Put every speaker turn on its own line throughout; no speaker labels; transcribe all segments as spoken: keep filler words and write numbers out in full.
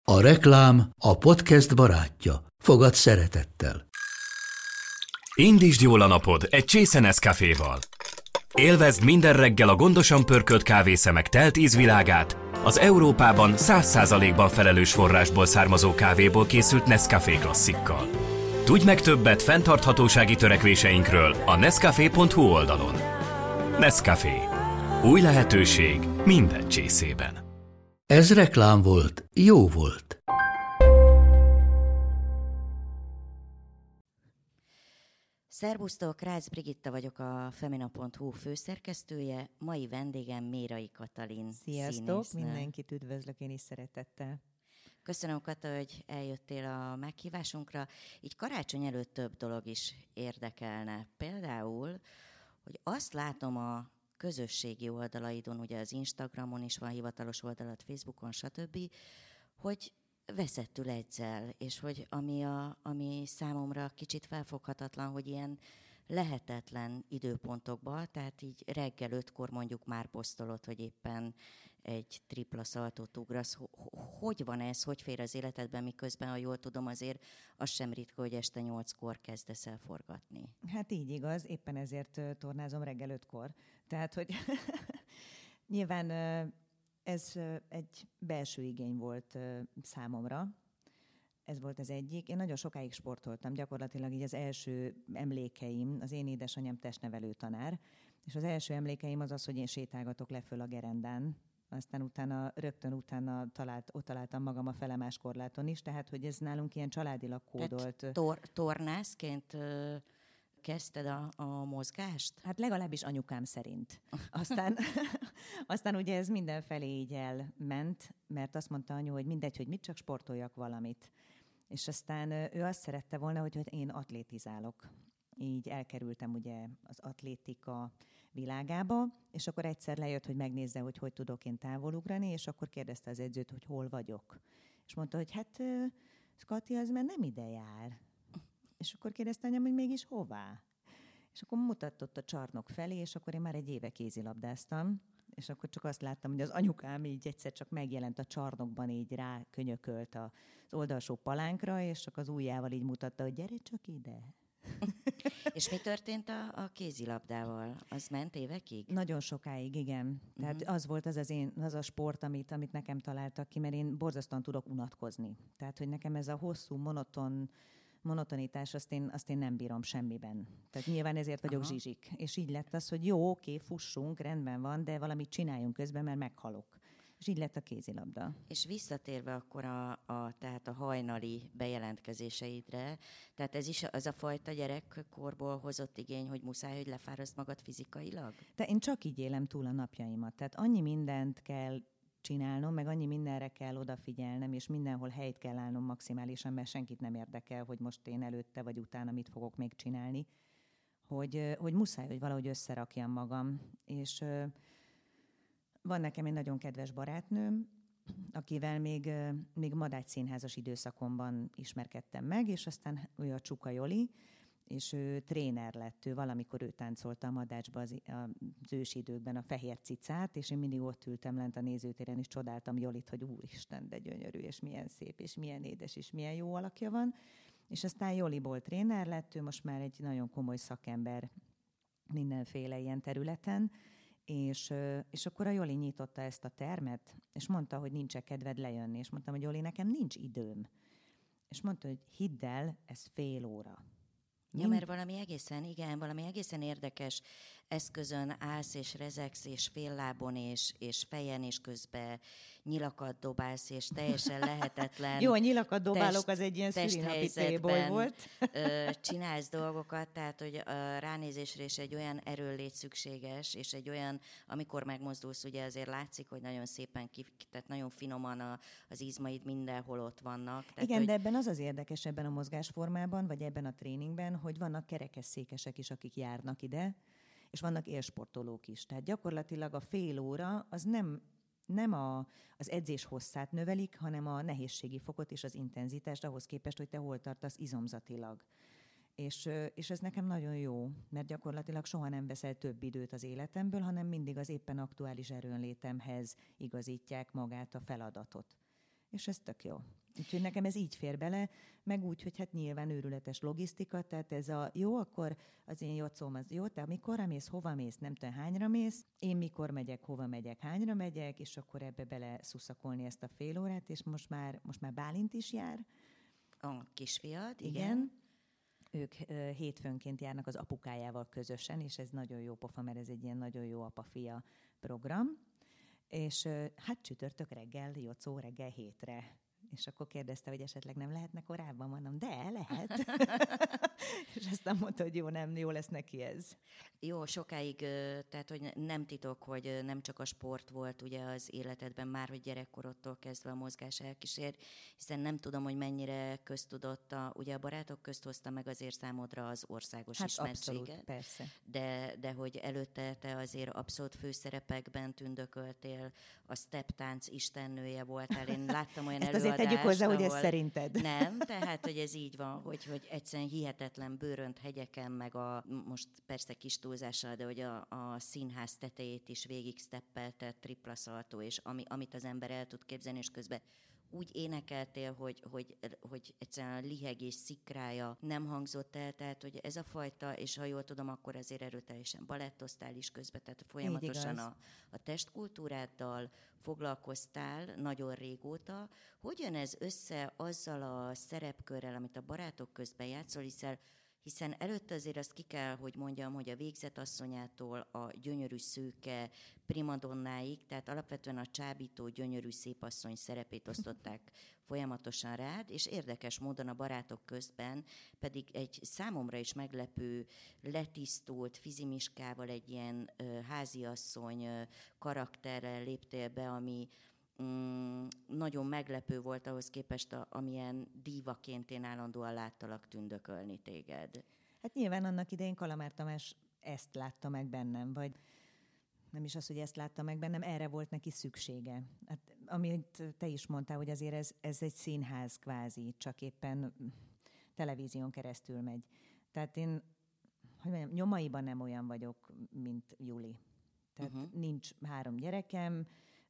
A reklám a podcast barátja. Fogad szeretettel.
Indítsd jól a napod egy csésze Nescaféval. Élvezd minden reggel a gondosan pörkölt kávészemek telt ízvilágát, az Európában száz százalékban felelős forrásból származó kávéból készült Nescafé klasszikkal. Tudj meg többet fenntarthatósági törekvéseinkről a nescafé pont hu oldalon. Nescafé. Új lehetőség minden csészében.
Ez reklám volt, jó volt.
Szerbusztok, Rácz Brigitta vagyok, a Femina pont hu főszerkesztője, mai vendégem Mérai Katalin.
Sziasztok,
színésznő.
mindenkit üdvözlök én is szeretettel.
Köszönöm, Kata, hogy eljöttél a meghívásunkra. Így karácsony előtt több dolog is érdekelne. Például, hogy azt látom a közösségi oldalaidon, ugye az Instagramon is van hivatalos oldalat, Facebookon, stb., hogy veszettül edzel, és hogy ami, a, ami számomra kicsit felfoghatatlan, hogy ilyen lehetetlen időpontokban, tehát így reggel ötkor mondjuk már posztolod, hogy éppen egy tripla szaltót ugrasz. Hogy van ez, hogy fér az életedben, miközben, ha jól tudom, azért az sem ritka, hogy este nyolckor kezdesz el forgatni.
Hát így igaz, éppen ezért tornázom reggel ötkor. Tehát, hogy nyilván ez egy belső igény volt számomra. Ez volt az egyik. Én nagyon sokáig sportoltam, gyakorlatilag így az első emlékeim, az én édesanyám testnevelő tanár, és az első emlékeim az az, hogy én sétálgatok le föl a gerendán, aztán utána, rögtön utána talált, ott találtam magam a felemás korláton is, tehát hogy ez nálunk ilyen családilag kódolt.
Tor- tornászként ö, kezdted a, a mozgást?
Hát legalábbis anyukám szerint. Aztán, aztán ugye ez mindenfelé így elment, mert azt mondta anyu, hogy mindegy, hogy mit, csak sportoljak valamit. És aztán ő azt szerette volna, hogy én atlétizálok. Így elkerültem ugye az atlétika világába, és akkor egyszer lejött, hogy megnézze, hogy hogy tudok én távolugrani, és akkor kérdezte az edzőt, hogy hol vagyok. És mondta, hogy hát Kati, az már nem ide jár. És akkor kérdezte anyám, hogy mégis hová? És akkor mutatott a csarnok felé, és akkor én már egy éve kézilabdáztam, és akkor csak azt láttam, hogy az anyukám így egyszer csak megjelent a csarnokban, így rákönyökölt az oldalsó palánkra, és csak az ujjával így mutatta, hogy gyere csak ide.
És mi történt a, a kézilabdával? Az ment évekig?
Nagyon sokáig, igen. Tehát uh-huh. az volt az, az, én, az a sport, amit, amit nekem találtak ki, mert én borzasztóan tudok unatkozni. Tehát, hogy nekem ez a hosszú, monoton monotonitás, azt én, azt én nem bírom semmiben. Tehát nyilván ezért vagyok Aha. zsizsik. És így lett az, hogy jó, oké, fussunk, rendben van, de valamit csináljunk közben, mert meghalok. És így lett a kézilabda.
És visszatérve akkor a, a, tehát a hajnali bejelentkezéseidre, tehát ez is az a fajta gyerekkorból hozott igény, hogy muszáj, hogy lefáraszt magad fizikailag?
De én csak így élem túl a napjaimat. Tehát annyi mindent kell csinálnom, meg annyi mindenre kell odafigyelnem, és mindenhol helyt kell állnom maximálisan, mert senkit nem érdekel, hogy most én előtte vagy utána mit fogok még csinálni, hogy, hogy muszáj, hogy valahogy összerakjam magam. És van nekem egy nagyon kedves barátnőm, akivel még, még Madács színházas időszakomban ismerkedtem meg, és aztán ő a Csuka Joli, és ő tréner lett, ő valamikor ő táncolta a Madácsba az, az ősi időkben a Fehér Cicát, és én mindig ott ültem lent a nézőtéren, és csodáltam Jolit, hogy úristen, de gyönyörű, és milyen szép, és milyen édes, és milyen jó alakja van. És aztán Joliból tréner lett, ő most már egy nagyon komoly szakember mindenféle ilyen területen, és, és akkor a Joli nyitotta ezt a termet, és mondta, hogy nincs kedved lejönni, és mondtam, hogy Joli, nekem nincs időm. És mondta, hogy hidd el, ez fél óra.
Ja, mert valami egészen, igen, valami egészen érdekes eszközön állsz és rezegsz, és féllábon, és, és fejen, és közben nyilakat dobálsz, és teljesen lehetetlen.
Jó, a nyilakat dobálok, az egy ilyen szülinapi célból volt.
Csinálsz dolgokat, tehát, hogy a ránézésre is egy olyan erő légy szükséges, és egy olyan, amikor megmozdulsz, ugye azért látszik, hogy nagyon szépen, ki, tehát nagyon finoman a, az izmaid mindenhol ott vannak. Tehát,
igen,
hogy...
de ebben az az érdekes ebben a mozgásformában, vagy ebben a tréningben, hogy vannak kerekesszékesek is, akik járnak ide, és vannak élsportolók is. Tehát gyakorlatilag a fél óra az nem, nem a, az edzés hosszát növelik, hanem a nehézségi fokot és az intenzitást ahhoz képest, hogy te hol tartasz izomzatilag. És, és ez nekem nagyon jó, mert gyakorlatilag soha nem veszel több időt az életemből, hanem mindig az éppen aktuális erőnlétemhez igazítják magát a feladatot. És ez tök jó. Úgyhogy nekem ez így fér bele, meg úgy, hogy hát nyilván őrületes logisztika, tehát ez a jó, akkor az én jocóm az jó, te mikorra mész, hova mész, nem tudom hányra mész, én mikor megyek, hova megyek, hányra megyek, és akkor ebbe bele szuszakolni ezt a fél órát, és most már, most már Bálint is jár.
A kisfiad, igen.
igen. Ők uh, hétfőnként járnak az apukájával közösen, és ez nagyon jó pofa, mert ez egy ilyen nagyon jó apa-fia program. És uh, hát csütörtök reggel, jocó reggel hétre. És akkor kérdezte, hogy esetleg nem lehetne korábban, mondom, de lehet. És aztán mondta, hogy jó, nem, jó lesz neki ez.
Jó, sokáig, tehát hogy nem titok, hogy nem csak a sport volt ugye az életedben már, hogy gyerekkorodtól kezdve a mozgás elkísér, hiszen nem tudom, hogy mennyire köztudott, a, ugye a Barátok Közt hozta meg azért számodra az országos
hát
ismertséget.
Abszolút, persze.
De, de hogy előtte te azért abszolút főszerepekben tündököltél, a step tánc istennője voltál. Én láttam olyan
ezt
előadást,
azért tegyük hozzá,
ahol...
hogy ez szerinted.
Nem, tehát, hogy ez így van, hogy, hogy egyszerűen hihetetlen bőrönt hegyeken, meg a, most persze kis túlzással, de hogy a, a színház tetejét is végig steppeltet, tripla szaltó, és ami, amit az ember el tud képzelni, és közben úgy énekeltél, hogy, hogy, hogy egyszerűen a lihegés szikrája nem hangzott el, tehát hogy ez a fajta, és ha jól tudom, akkor azért erőteljesen balettoztál is közben, tehát folyamatosan a, a testkultúráddal foglalkoztál nagyon régóta. Hogy jön ez össze azzal a szerepkörrel, amit a Barátok Közben játszol, hiszen hiszen előtte azért azt ki kell, hogy mondjam, hogy a végzetasszonyától a gyönyörű szőke primadonnáig, tehát alapvetően a csábító gyönyörű szépasszony szerepét osztották folyamatosan rád, és érdekes módon a Barátok Közben pedig egy számomra is meglepő, letisztult fizimiskával egy ilyen ö, háziasszony ö, karakterrel léptél be, ami Mm, nagyon meglepő volt ahhoz képest, a, amilyen dívaként én állandóan láttalak tündökölni téged.
Hát nyilván annak idején Kalamár Tamás ezt látta meg bennem, vagy nem is az, hogy ezt látta meg bennem, erre volt neki szüksége. Hát, amit te is mondtál, hogy azért ez, ez egy színház kvázi, csak éppen televízión keresztül megy. Tehát én, hogy mondjam, nyomaiban nem olyan vagyok, mint Juli. Tehát uh-huh. nincs három gyerekem,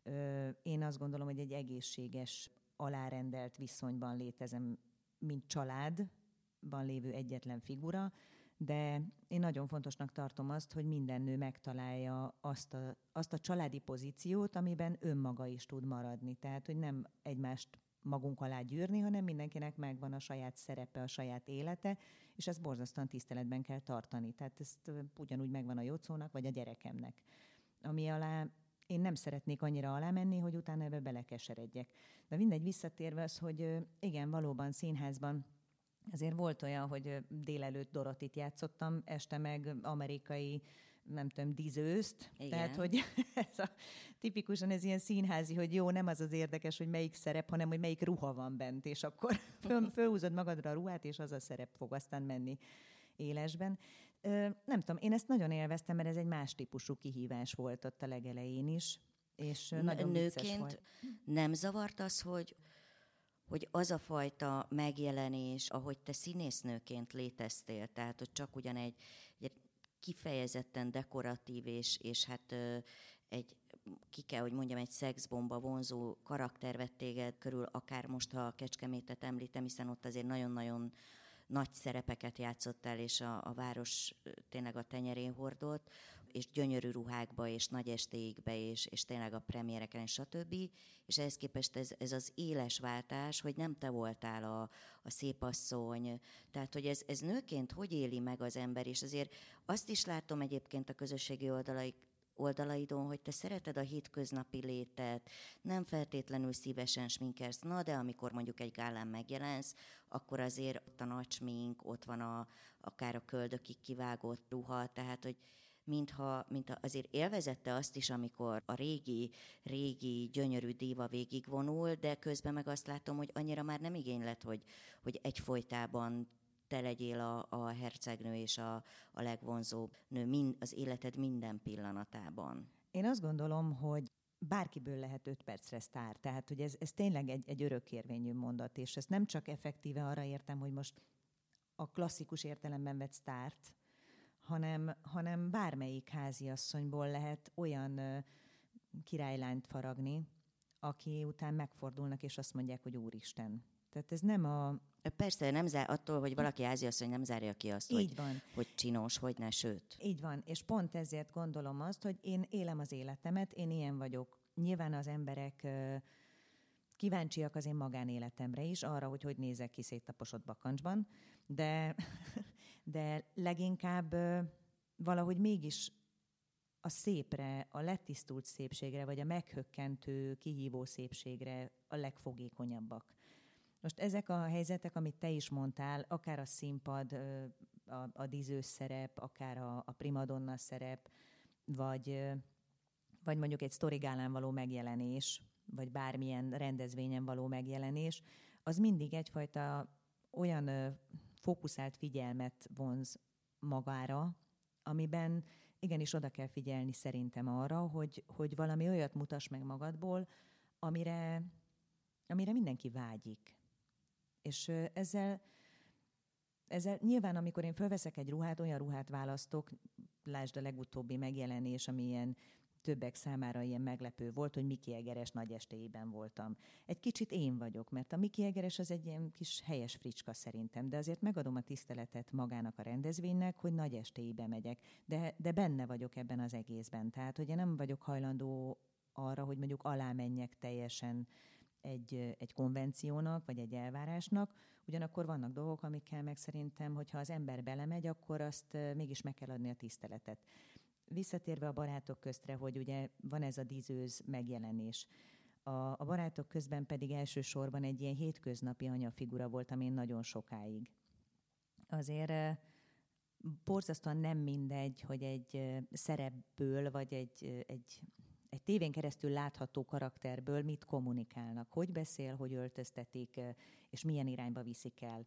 én azt gondolom, hogy egy egészséges, alárendelt viszonyban létezem, mint családban lévő egyetlen figura, de én nagyon fontosnak tartom azt, hogy minden nő megtalálja azt a, azt a családi pozíciót, amiben önmaga is tud maradni. Tehát, hogy nem egymást magunk alá gyűrni, hanem mindenkinek megvan a saját szerepe, a saját élete, és ezt borzasztóan tiszteletben kell tartani. Tehát ezt ugyanúgy megvan a Jocónak, vagy a gyerekemnek. Ami alá én nem szeretnék annyira alá menni, hogy utána ebbe belekeseredjek. De mindegy, visszatérve az, hogy igen, valóban színházban azért volt olyan, hogy délelőtt Dorotit játszottam, este meg amerikai, nem tudom, dizőzt. Igen. Tehát, hogy ez a, tipikusan ez ilyen színházi, hogy jó, nem az az érdekes, hogy melyik szerep, hanem hogy melyik ruha van bent, és akkor föl, fölhúzod magadra a ruhát, és az a szerep fog aztán menni élesben. Ö, nem tudom, én ezt nagyon élveztem, mert ez egy más típusú kihívás volt ott a legelején is, és nagyon vicces volt.
Nem zavart az, hogy, hogy az a fajta megjelenés, ahogy te színésznőként léteztél, tehát hogy csak ugyan egy, egy kifejezetten dekoratív, és, és hát ö, egy, ki kell, hogy mondjam, egy szexbomba vonzó karakter vett téged körül, akár most, ha a Kecskemétet említem, hiszen ott azért nagyon-nagyon nagy szerepeket játszottál, és a, a város tényleg a tenyerén hordott, és gyönyörű ruhákba, és nagy estéikbe, és, és tényleg a premiereken, és stb. És ehhez képest ez, ez az éles váltás, hogy nem te voltál a, a szépasszony, tehát hogy ez, ez nőként hogy éli meg az ember, és azért azt is látom egyébként a közösségi oldalaik, oldalaidon, hogy te szereted a hétköznapi létet, nem feltétlenül szívesen sminkelsz, na de amikor mondjuk egy gálán megjelensz, akkor azért ott a nagy smink, ott van a, akár a köldökig kivágott ruha, tehát hogy mintha, mintha azért élvezette azt is, amikor a régi, régi gyönyörű díva végigvonul, de közben meg azt látom, hogy annyira már nem igényled, hogy, hogy egyfolytában te legyél a, a hercegnő és a, a legvonzóbb nő mind, az életed minden pillanatában.
Én azt gondolom, hogy bárkiből lehet öt percre sztár. Tehát, hogy ez, ez tényleg egy, egy örökérvényű mondat, és ezt nem csak effektíve arra értem, hogy most a klasszikus értelemben vett sztárt, hanem, hanem bármelyik háziasszonyból lehet olyan ö, királylányt faragni, aki után megfordulnak, és azt mondják, hogy Úristen. Tehát ez nem a...
Persze, nem zár, attól, hogy valaki háziasszony, nem zárja ki azt,
Így
hogy,
van.
hogy csinos, hogy ne, sőt.
Így van, és pont ezért gondolom azt, hogy én élem az életemet, én ilyen vagyok. Nyilván az emberek kíváncsiak az én magánéletemre is, arra, hogy hogy nézek ki széttaposott bakancsban, de, de leginkább valahogy mégis a szépre, a letisztult szépségre, vagy a meghökkentő, kihívó szépségre a legfogékonyabbak. Most ezek a helyzetek, amit te is mondtál, akár a színpad, a, a díszős szerep, akár a, a primadonna szerep, vagy, vagy mondjuk egy sztorigálán való megjelenés, vagy bármilyen rendezvényen való megjelenés, az mindig egyfajta olyan fókuszált figyelmet vonz magára, amiben igenis oda kell figyelni szerintem arra, hogy, hogy valami olyat mutass meg magadból, amire, amire mindenki vágyik. És ezzel, ezzel nyilván, amikor én fölveszek egy ruhát, olyan ruhát választok, lásd a legutóbbi megjelenés, ami ilyen többek számára ilyen meglepő volt, hogy Miki Egeres nagy estéjében voltam. Egy kicsit én vagyok, mert a Miki Egeres az egy ilyen kis helyes fricska szerintem, de azért megadom a tiszteletet magának a rendezvénynek, hogy nagy estéjében megyek, de, de benne vagyok ebben az egészben. Tehát, hogy én nem vagyok hajlandó arra, hogy mondjuk alá menjek teljesen egy, egy konvenciónak, vagy egy elvárásnak, ugyanakkor vannak dolgok, amikkel meg szerintem, hogyha az ember belemegy, akkor azt mégis meg kell adni a tiszteletet. Visszatérve a barátok köztre, hogy ugye van ez a díszőz megjelenés. A, a barátok közben pedig elsősorban egy ilyen hétköznapi anyafigura voltam én nagyon sokáig. Azért borzasztóan nem mindegy, hogy egy szerepből, vagy egy, egy, egy tévén keresztül látható karakterből mit kommunikálnak, hogy beszél, hogy öltöztetik, és milyen irányba viszik el.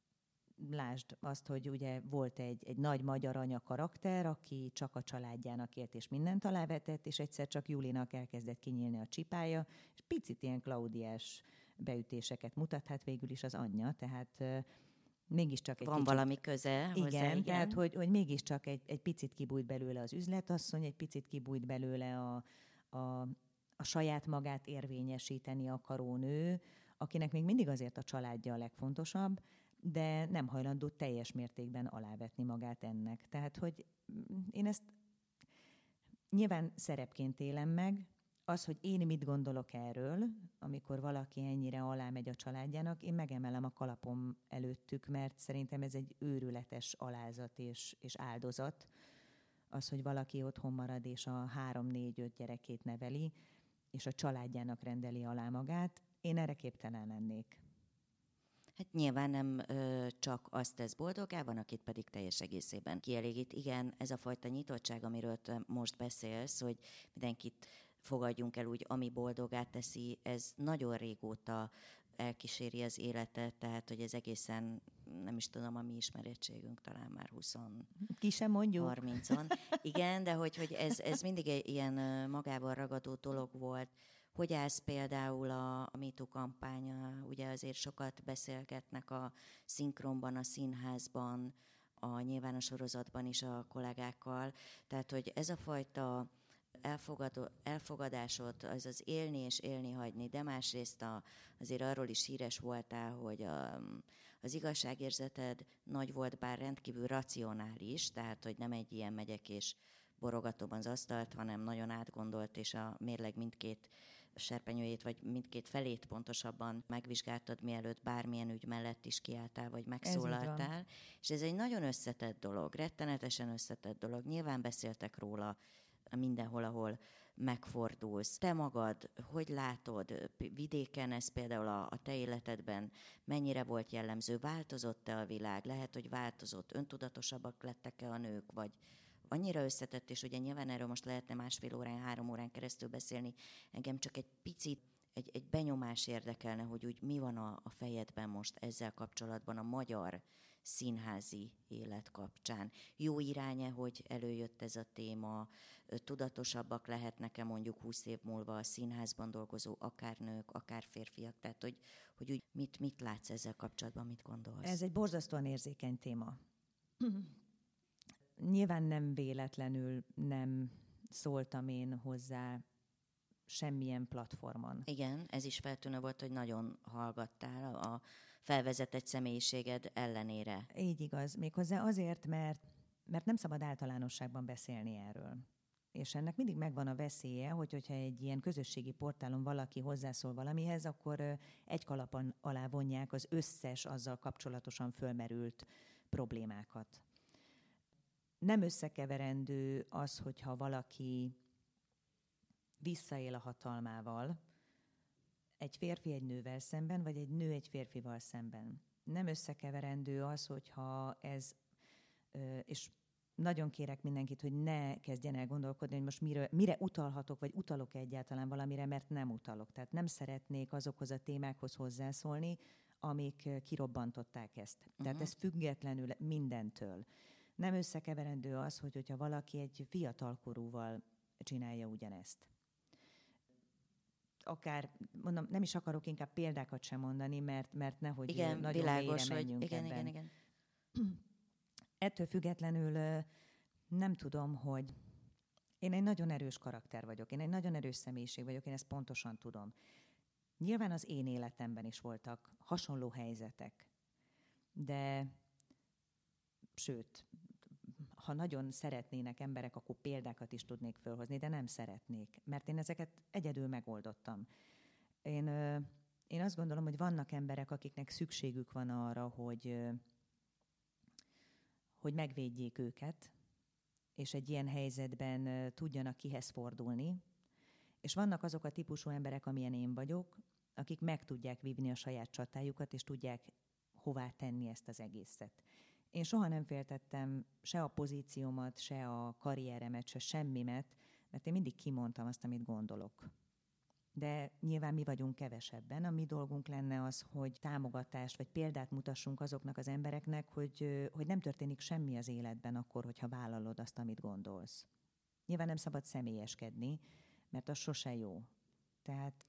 Lásd azt, hogy ugye volt egy, egy nagy magyar anya karakter, aki csak a családjának élt és mindent alávetett, és egyszer csak Julinak elkezdett kinyílni a csipája, és picit ilyen klaudiás beütéseket mutat, hát végül is az anyja, tehát uh, mégiscsak egy
Van
kicsit...
valami köze hozzá,
igen,
igen.
tehát hogy, hogy mégiscsak egy, egy picit kibújt belőle az üzletasszony, egy picit kibújt belőle a, a, a saját magát érvényesíteni akaró nő, akinek még mindig azért a családja a legfontosabb, de nem hajlandó teljes mértékben alávetni magát ennek. Tehát, hogy én ezt nyilván szerepként élem meg, az, hogy én mit gondolok erről, amikor valaki ennyire alámegy a családjának, én megemelem a kalapom előttük, mert szerintem ez egy őrületes alázat és, és áldozat, az, hogy valaki otthon marad, és a három-négy-öt gyerekét neveli, és a családjának rendeli alá magát. Én erre képtelen lennék.
Hát nyilván nem ö, csak azt tesz boldoggá, van, akit pedig teljes egészében kielégít. Igen, ez a fajta nyitottság, amiről te most beszélsz, hogy mindenkit fogadjunk el úgy, ami boldoggá teszi, ez nagyon régóta elkíséri az életet, tehát, hogy ez egészen, nem is tudom, a mi ismerettségünk talán már húsz
Ki sem mondjuk.
harmincon. Igen, de hogy, hogy ez, ez mindig egy ilyen magával ragadó dolog volt. Hogy állsz például a, a MeToo kampánya, ugye azért sokat beszélgetnek a szinkronban, a színházban, a nyilván a sorozatban is a kollégákkal, tehát hogy ez a fajta elfogadó, elfogadásod, az az élni és élni hagyni, de másrészt a, azért arról is híres voltál, hogy a, az igazságérzeted nagy volt, bár rendkívül racionális, tehát hogy nem egy ilyen megyek és borogatom az asztalt, hanem nagyon átgondolt, és a mérleg mindkét serpenyőjét, vagy mindkét felét pontosabban megvizsgáltad, mielőtt bármilyen ügy mellett is kiálltál, vagy megszólaltál. Ez és ez egy nagyon összetett dolog, rettenetesen összetett dolog. Nyilván beszéltek róla mindenhol, ahol megfordulsz. Te magad, hogy látod, vidéken ez például a, a te életedben mennyire volt jellemző? Változott-e a világ? Lehet, hogy változott, öntudatosabbak lettek-e a nők, vagy annyira összetett, és ugye nyilván erről most lehetne másfél órán, három órán keresztül beszélni. Engem csak egy picit, egy, egy benyomás érdekelne, hogy úgy mi van a, a fejedben most ezzel kapcsolatban a magyar színházi élet kapcsán. Jó irány-e, hogy előjött ez a téma? Tudatosabbak lehetnek-e mondjuk húsz év múlva a színházban dolgozó, akár nők, akár férfiak? Tehát, hogy, hogy úgy mit, mit látsz ezzel kapcsolatban, mit gondolsz?
Ez egy borzasztóan érzékeny téma. Nyilván nem véletlenül nem szóltam én hozzá semmilyen platformon.
Igen, ez is feltűnő volt, hogy nagyon hallgattál a felvezetett személyiséged ellenére.
Így igaz. Méghozzá azért, mert, mert nem szabad általánosságban beszélni erről. És ennek mindig megvan a veszélye, hogy hogyha egy ilyen közösségi portálon valaki hozzászól valamihez, akkor egy kalap alá vonják az összes azzal kapcsolatosan fölmerült problémákat. Nem összekeverendő az, hogyha valaki visszaél a hatalmával egy férfi egy nővel szemben, vagy egy nő egy férfival szemben. Nem összekeverendő az, hogyha ez, és nagyon kérek mindenkit, hogy ne kezdjen el gondolkodni, hogy most mire, mire utalhatok, vagy utalok egyáltalán valamire, mert nem utalok. Tehát nem szeretnék azokhoz a témákhoz hozzászólni, amik kirobbantották ezt. Uh-huh. Tehát ez függetlenül mindentől. Nem összekeverendő az, hogy hogyha valaki egy fiatalkorúval csinálja ugyanezt. Akár, mondom, nem is akarok inkább példákat sem mondani, mert, mert nehogy
igen,
nagyon
világos,
mélyre menjünk
hogy igen,
ebben.
igen, igen.
Ettől függetlenül nem tudom, hogy én egy nagyon erős karakter vagyok, én egy nagyon erős személyiség vagyok, én ezt pontosan tudom. Nyilván az én életemben is voltak hasonló helyzetek, de sőt, ha nagyon szeretnének emberek, akkor példákat is tudnék fölhozni, de nem szeretnék, mert én ezeket egyedül megoldottam. Én, én azt gondolom, hogy vannak emberek, akiknek szükségük van arra, hogy, hogy megvédjék őket, és egy ilyen helyzetben tudjanak kihez fordulni. És vannak azok a típusú emberek, amilyen én vagyok, akik meg tudják vívni a saját csatájukat, és tudják hová tenni ezt az egészet. Én soha nem féltettem se a pozíciómat, se a karrieremet, se semmimet, mert én mindig kimondtam azt, amit gondolok. De nyilván mi vagyunk kevesebben. A mi dolgunk lenne az, hogy támogatást vagy példát mutassunk azoknak az embereknek, hogy, hogy nem történik semmi az életben akkor, hogyha vállalod azt, amit gondolsz. Nyilván nem szabad személyeskedni, mert az sose jó. Tehát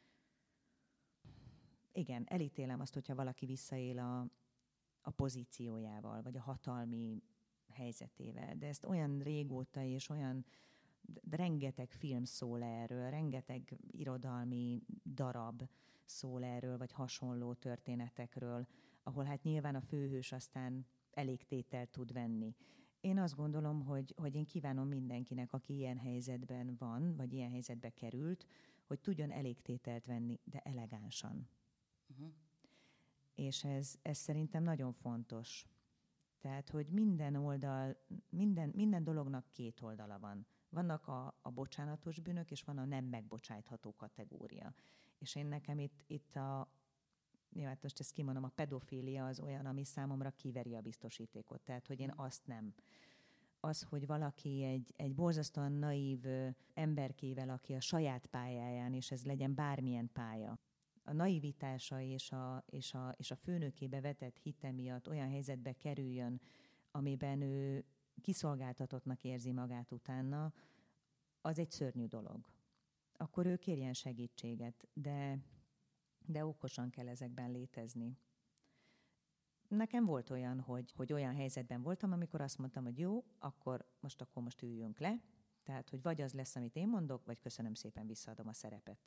igen, elítélem azt, hogyha valaki visszaél a, a pozíciójával, vagy a hatalmi helyzetével. De ezt olyan régóta és olyan rengeteg film szól erről, rengeteg irodalmi darab szól erről, vagy hasonló történetekről, ahol hát nyilván a főhős aztán elég tételt tud venni. Én azt gondolom, hogy, hogy én kívánom mindenkinek, aki ilyen helyzetben van, vagy ilyen helyzetbe került, hogy tudjon elég tételt venni, de elegánsan. Uh-huh. És ez, ez szerintem nagyon fontos. Tehát, hogy minden oldal, minden, minden dolognak két oldala van. Vannak a, a bocsánatos bűnök, és van a nem megbocsájtható kategória. És én nekem itt, itt a, jó, hát most ezt kimondom, a pedofília az olyan, ami számomra kiveri a biztosítékot. Tehát, hogy én azt nem. Az, hogy valaki egy, egy borzasztóan naív emberkével, aki a saját pályáján, és ez legyen bármilyen pálya, a naivitása és a, és, a, és a főnökébe vetett hite miatt olyan helyzetbe kerüljön, amiben ő kiszolgáltatottnak érzi magát utána, az egy szörnyű dolog. Akkor ő kérjen segítséget, de, de okosan kell ezekben létezni. Nekem volt olyan, hogy, hogy olyan helyzetben voltam, amikor azt mondtam, hogy jó, akkor most, akkor most üljünk le, tehát, hogy vagy az lesz, amit én mondok, vagy köszönöm szépen, visszaadom a szerepet.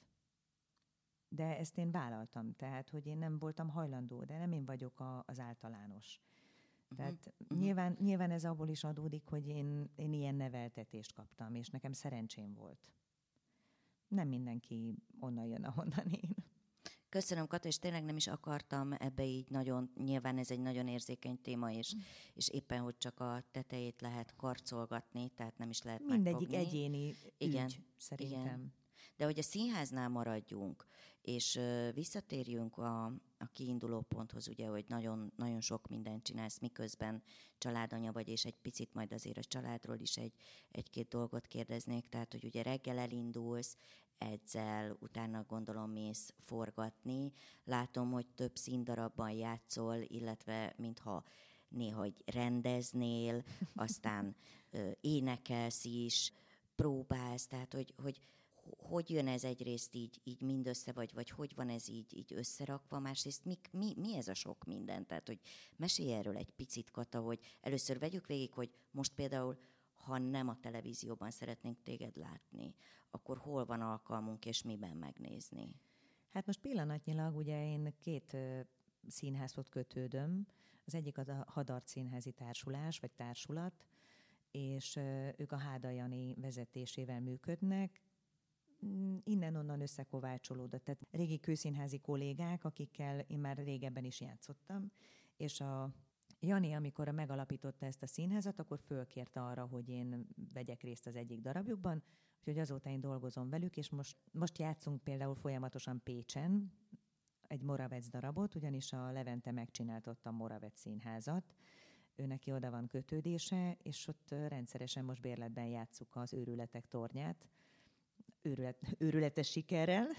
De ezt én vállaltam, tehát, hogy én nem voltam hajlandó, de nem én vagyok a, az általános. Tehát uh-huh. nyilván, nyilván ez abból is adódik, hogy én, én ilyen neveltetést kaptam, és nekem szerencsém volt. Nem mindenki onnan jön, ahonnan én.
Köszönöm, Kata, és tényleg nem is akartam ebbe így nagyon, nyilván ez egy nagyon érzékeny téma, és, mm. és éppen, hogy csak a tetejét lehet karcolgatni, tehát nem is lehet
mindegyik
megfogni.
Egyéni
igen,
ügy, szerintem. Igen.
De hogy a színháznál maradjunk, és uh, visszatérjünk a, a kiinduló ponthoz, ugye, hogy nagyon, nagyon sok mindent csinálsz, miközben családanya vagy, és egy picit majd azért a családról is egy, egy-két dolgot kérdeznék, tehát, hogy ugye reggel elindulsz, edzel, utána gondolom mész forgatni. Látom, hogy több színdarabban játszol, illetve mintha néha rendeznél, aztán ö, énekelsz is, próbálsz, tehát hogy, hogy hogy jön ez egyrészt így, így mind össze, vagy, vagy hogy van ez így, így összerakva, másrészt mi, mi, mi ez a sok minden? Tehát, hogy mesélj erről egy picit, Kata, hogy először vegyük végig, hogy most például ha nem a televízióban szeretnénk téged látni, akkor hol van alkalmunk és miben megnézni?
Hát most pillanatnyilag ugye én két ö, színházhoz kötődöm. Az egyik az a Hadart Színházi Társulás, vagy Társulat, és ö, ők a Háda Jani vezetésével működnek. Innen-onnan összekovácsolódott. Tehát régi kőszínházi kollégák, akikkel én már régebben is játszottam, és a Jani, amikor megalapította ezt a színházat, akkor fölkérte arra, hogy én vegyek részt az egyik darabjukban, úgyhogy azóta én dolgozom velük, és most, most játszunk például folyamatosan Pécsen egy Moravec darabot, ugyanis a Levente megcsináltatta a Moravec színházat, ő neki oda van kötődése, és ott rendszeresen most bérletben játsszuk az Őrületek tornyát, Őrület, őrületes sikerrel,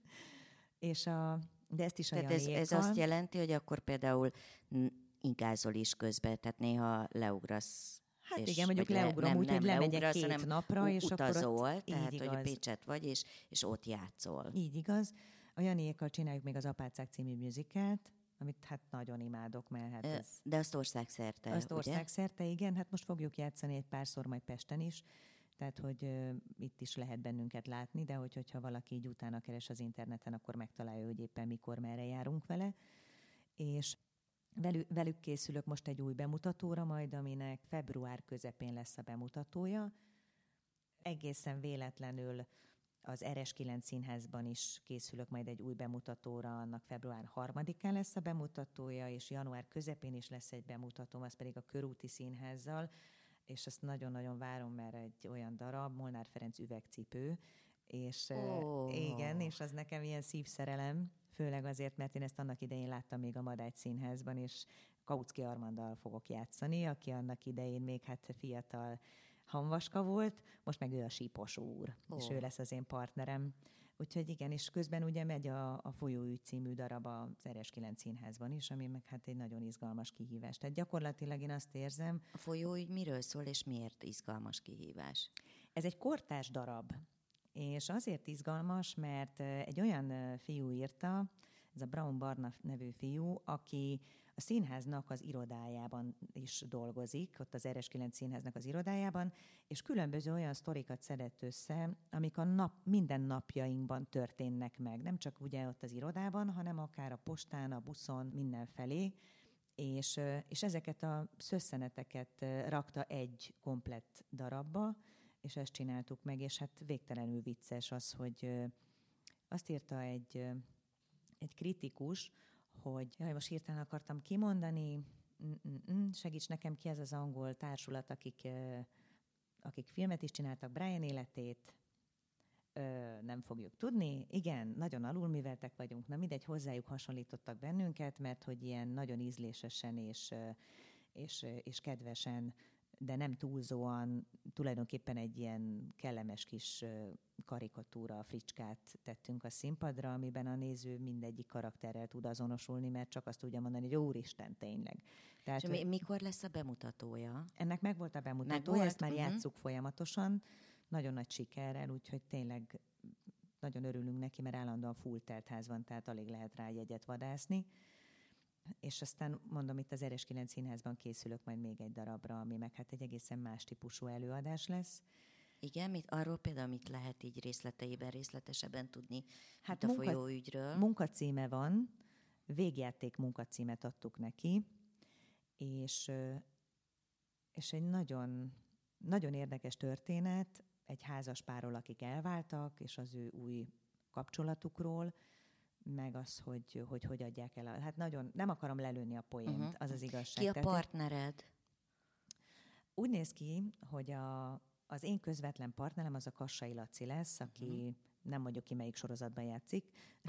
és a, de ezt is a
Tehát ez, ez azt jelenti, hogy akkor például ingázol is közben, tehát néha leugrasz.
Hát és, igen, mondjuk leugrom le, úgy, nem, hogy lemegyek leugrasz, két napra, és
utazol,
akkor ott,
tehát
így
hogy Pécset vagy, és, és ott játszol.
Így igaz. A Janiékkal csináljuk még az Apácák című musicalt, amit hát nagyon imádok, mert hát ez...
De azt országszerte,
Azt
ugye?
országszerte, igen. Hát most fogjuk játszani egy párszor majd Pesten is, tehát, hogy uh, itt is lehet bennünket látni, de hogy, hogyha valaki így utána keres az interneten, akkor megtalálja, hogy éppen mikor, merre járunk vele. És velük, velük készülök most egy új bemutatóra majd, aminek február közepén lesz a bemutatója. Egészen véletlenül az er es kilenc színházban is készülök majd egy új bemutatóra, annak február harmadikán lesz a bemutatója, és január közepén is lesz egy bemutatóm, az pedig a Körúti Színházzal, és ezt nagyon-nagyon várom, mert egy olyan darab, Molnár Ferenc Üvegcipő, és oh. igen, és az nekem ilyen szívszerelem, főleg azért, mert én ezt annak idején láttam még a Madács Színházban, és Kautsky Armanddal fogok játszani, aki annak idején még hát fiatal hamvaska volt, most meg ő a Sípos úr, oh. és ő lesz az én partnerem. Úgyhogy igen, és közben ugye megy a, a Folyóügy című darab az er es kilenc színházban is, ami meg hát egy nagyon izgalmas kihívás. Tehát gyakorlatilag én azt érzem...
A Folyóügy miről szól, és miért izgalmas kihívás?
Ez egy kortárs darab, és azért izgalmas, mert egy olyan fiú írta, ez a Braun Barna nevű fiú, aki a színháznak az irodájában is dolgozik, ott az er es kilenc színháznak az irodájában, és különböző olyan sztorikat szedett össze, amik a nap, minden napjainkban történnek meg. Nem csak ugye ott az irodában, hanem akár a postán, a buszon, mindenfelé. És, és ezeket a szösszeneteket rakta egy komplett darabba, és ezt csináltuk meg, és hát végtelenül vicces az, hogy azt írta egy, egy kritikus, hogy jaj, most hirtelen akartam kimondani, Mm-mm, segíts nekem, ki ez az angol társulat, akik, akik filmet is csináltak, Brian életét, Ö, nem fogjuk tudni. Igen, nagyon alulműveltek vagyunk, na mindegy, hozzájuk hasonlítottak bennünket, mert hogy ilyen nagyon ízlésesen és, és, és kedvesen, de nem túlzóan, tulajdonképpen egy ilyen kellemes kis karikatúra, fricskát tettünk a színpadra, amiben a néző mindegyik karakterrel tud azonosulni, mert csak azt tudja mondani, hogy úristen, tényleg. Tehát,
és mi, mikor lesz a bemutatója?
Ennek megvolt a bemutatója,
megvolt?
Ezt már uh-huh. játsszuk folyamatosan, nagyon nagy sikerrel, úgyhogy tényleg nagyon örülünk neki, mert állandóan full telt ház van, tehát alig lehet rá jegyet vadászni. És aztán mondom, itt az er es kilenc színházban készülök majd még egy darabra, ami meg hát egy egészen más típusú előadás lesz.
Igen, mit, arról például mit lehet így részleteiben, részletesebben tudni,
hát
a
munka,
folyóügyről?
Munkacíme van, végjáték munkacímet adtuk neki, és, és egy nagyon, nagyon érdekes történet, egy házas párról, akik elváltak, és az ő új kapcsolatukról, meg az, hogy, hogy hogy adják el. Hát nagyon, nem akarom lelőni a poént, uh-huh. az az igazság.
Ki a
Tehát
partnered?
Úgy néz ki, hogy a, az én közvetlen partnerem az a Kassai Laci lesz, aki uh-huh. nem mondjuk ki, melyik sorozatban játszik,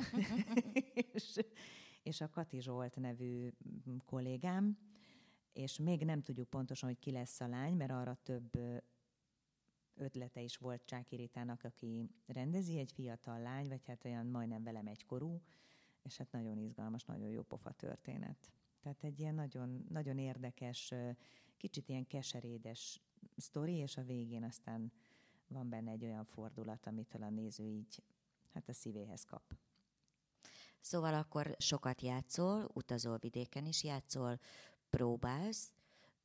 és, és a Kati Zsolt nevű kollégám, és még nem tudjuk pontosan, hogy ki lesz a lány, mert arra több ötlete is volt Csáki Ritának, aki rendezi, egy fiatal lány, vagy hát olyan majdnem velem egykorú, és hát nagyon izgalmas, nagyon jó pofa történet. Tehát egy ilyen nagyon, nagyon érdekes, kicsit ilyen keserédes sztori, és a végén aztán van benne egy olyan fordulat, amitől a néző így hát a szívéhez kap.
Szóval akkor sokat játszol, utazol vidéken is játszol, próbálsz,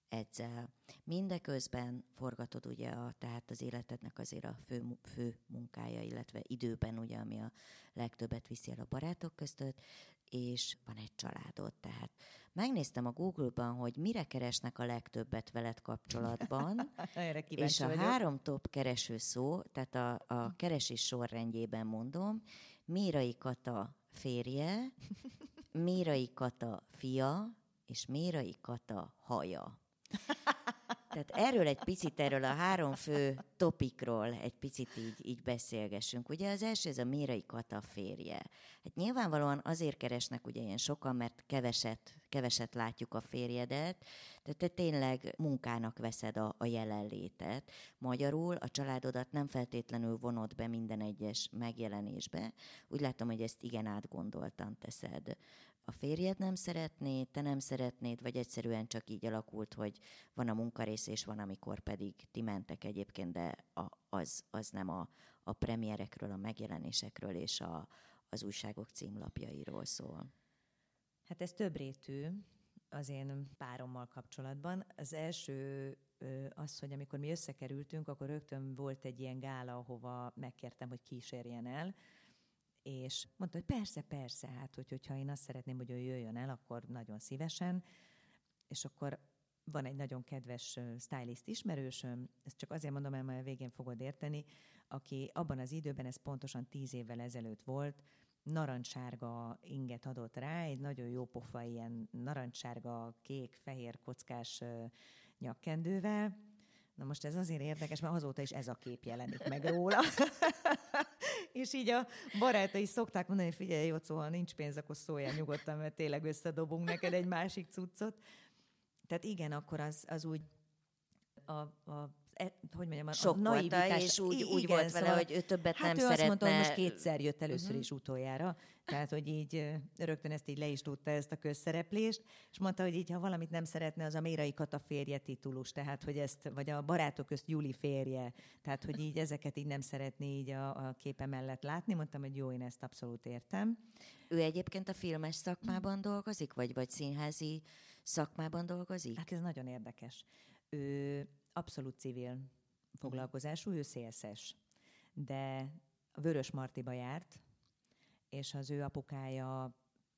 edzel. Mindeközben forgatod ugye a, tehát az életednek azért a fő, fő munkája, illetve időben ugye, ami a legtöbbet viszi el a barátok között, és van egy családod. Tehát megnéztem a Google-ban, hogy mire keresnek a legtöbbet veled kapcsolatban, és a vagyok. három top kereső szó, tehát a, a keresés sorrendjében mondom, Mérai Kata férje, Mérai Kata fia, és Mérai Kata haja. Tehát erről egy picit, erről a három fő topikról egy picit így, így beszélgessünk. Ugye az első, ez a Mérai Kata férje. Hát nyilvánvalóan azért keresnek ugye ilyen sokan, mert keveset, keveset látjuk a férjedet, de te tényleg munkának veszed a, a jelenlétet. Magyarul a családodat nem feltétlenül vonod be minden egyes megjelenésbe. Úgy látom, hogy ezt igen átgondoltan teszed. A férjed nem szeretné, te nem szeretnéd, vagy egyszerűen csak így alakult, hogy van a munkarész, és van, amikor pedig ti mentek egyébként, de a, az, az nem a, a premierekről, a megjelenésekről és a, az újságok címlapjairól szól.
Hát ez többrétű az én párommal kapcsolatban. Az első az, hogy amikor mi összekerültünk, akkor rögtön volt egy ilyen gála, ahova megkértem, hogy kísérjen el, és mondta, hogy persze, persze, hát hogy, hogyha én azt szeretném, hogy ő jöjjön el, akkor nagyon szívesen, és akkor van egy nagyon kedves stylist ismerősöm, ezt csak azért mondom el, mert a végén fogod érteni, aki abban az időben, ez pontosan tíz évvel ezelőtt volt, narancssárga inget adott rá, egy nagyon jó pofa ilyen narancssárga, kék, fehér kockás nyakkendővel. Na most ez azért érdekes, mert azóta is ez a kép jelenik meg róla. És így a barátai szokták mondani, hogy figyelj, Jocó, ha nincs pénz, akkor szóljál nyugodtan, mert tényleg összedobunk neked egy másik cuccot. Tehát igen, akkor az, az úgy a, a E, hogy mondjam, a
sok
naivitás,
volt, és úgy,
igen,
úgy volt vele,
szóval,
hogy ő többet
hát
nem
ő
szeretne.
azt mondta, hogy most kétszer jött először uh-huh. is utoljára, tehát, hogy így rögtön ezt így le is tudta, ezt a közszereplést, és mondta, hogy így, ha valamit nem szeretne, az a Mérai Kata férje titulus, tehát, hogy ezt, vagy a barátok közt Juli férje, tehát, hogy így ezeket így nem szeretné így a, a képe mellett látni. Mondtam, hogy jó, én ezt abszolút értem.
Ő egyébként a filmes szakmában dolgozik, vagy, vagy színházi szakmában dolgozik?
Hát ez nagyon érdekes. Ő abszolút civil foglalkozású, ő szélszes. De a Vörösmartyba járt, és az ő apukája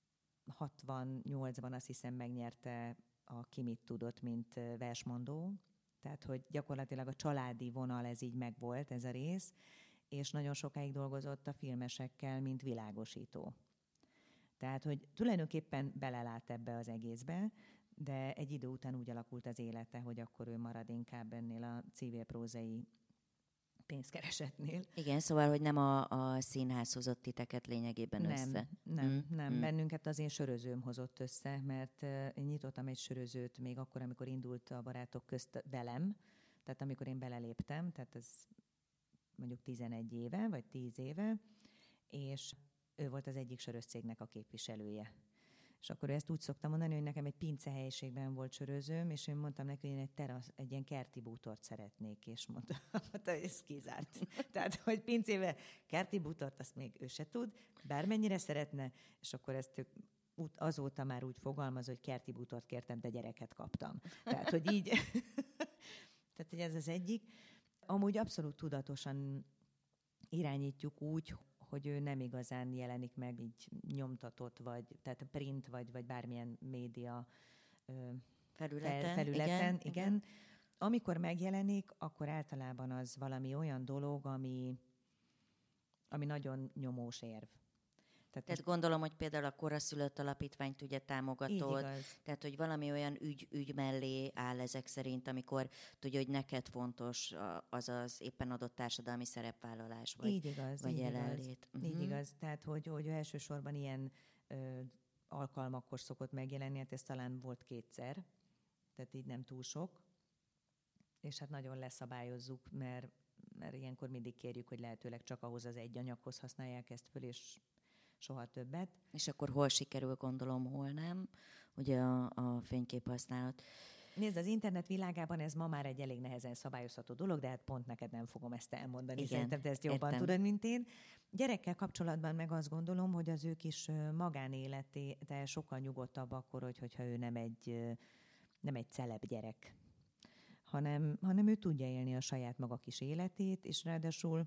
hatvannyolcban azt hiszem megnyerte a Ki mit tudott, mint versmondó. Tehát, hogy gyakorlatilag a családi vonal ez így megvolt, ez a rész, és nagyon sokáig dolgozott a filmesekkel, mint világosító. Tehát, hogy tulajdonképpen belelát ebbe az egészbe, de egy idő után úgy alakult az élete, hogy akkor ő marad inkább ennél a civil-prózai pénzkeresetnél.
Igen, szóval, hogy nem a, a színház hozott titeket lényegében
nem,
össze.
Nem,
mm.
nem.
Mm.
Bennünket az én sörözőm hozott össze, mert én nyitottam egy sörözőt még akkor, amikor indult a Barátok közt velem, tehát amikor én beleléptem, tehát ez mondjuk tizenegy éve, vagy tíz éve, és ő volt az egyik sörözcégnek a képviselője. És akkor ő ezt úgy szoktam mondani, hogy nekem egy pincehelyiségben volt sörözőm, és én mondtam neki, hogy én egy terasz, egy ilyen kerti bútort szeretnék, és mondta, hogy ez kizárt. Tehát, hogy pincével kerti bútort, azt még ő se tud, bármennyire szeretne, és akkor ezt azóta már úgy fogalmaz, hogy kerti bútort kértem, de gyereket kaptam. Tehát, hogy így, tehát, hogy ez az egyik. Amúgy abszolút tudatosan irányítjuk úgy, hogy ő nem igazán jelenik meg így nyomtatott, vagy tehát print, vagy, vagy bármilyen média ö,
felületen.
Fel, felületen igen,
igen.
igen. Amikor megjelenik, akkor általában az valami olyan dolog, ami, ami nagyon nyomós érv.
Tehát, tehát gondolom, hogy például a Koraszülött Alapítványt ugye támogatod, tehát hogy valami olyan ügy, ügy mellé áll ezek szerint, amikor tudja, hogy neked fontos az az éppen adott társadalmi szerepvállalás, vagy,
így igaz,
vagy
így
jelenlét.
Igaz.
Uh-huh.
Így igaz, tehát hogy, hogy elsősorban ilyen ö, alkalmakkor szokott megjelenni, hát ez talán volt kétszer, tehát így nem túl sok, és hát nagyon leszabályozzuk, mert, mert ilyenkor mindig kérjük, hogy lehetőleg csak ahhoz az egy anyaghoz használják ezt föl, és soha többet.
És akkor hol sikerül, gondolom, hol nem, ugye a, a fénykép használat.
Nézd, az internet világában ez ma már egy elég nehezen szabályozható dolog, de hát pont neked nem fogom ezt elmondani. Igen, szerintem te ezt jobban értem. Tudod, mint én. Gyerekkel kapcsolatban meg azt gondolom, hogy az ő kis magánéleté sokkal nyugodtabb akkor, hogy, hogyha ő nem egy nem egy celeb gyerek, hanem, hanem ő tudja élni a saját maga kis életét, és ráadásul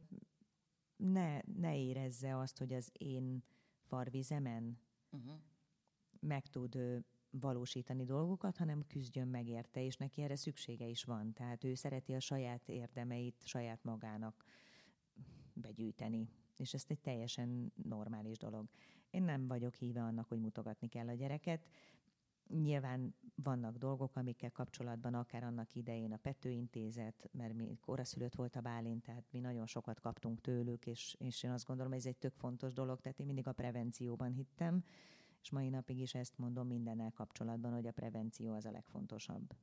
ne, ne érezze azt, hogy az én farvizemen uh-huh. meg tud valósítani dolgokat, hanem küzdjön meg érte, és neki erre szüksége is van. Tehát ő szereti a saját érdemeit saját magának begyűjteni, és ez egy teljesen normális dolog. Én nem vagyok híve annak, hogy mutogatni kell a gyereket. Nyilván vannak dolgok, amikkel kapcsolatban akár annak idején a Pető Intézet, mert mi koraszülött volt a Bálint, tehát mi nagyon sokat kaptunk tőlük, és, és én azt gondolom, hogy ez egy tök fontos dolog, tehát én mindig a prevencióban hittem, és mai napig is ezt mondom mindennel kapcsolatban, hogy a prevenció az a legfontosabb.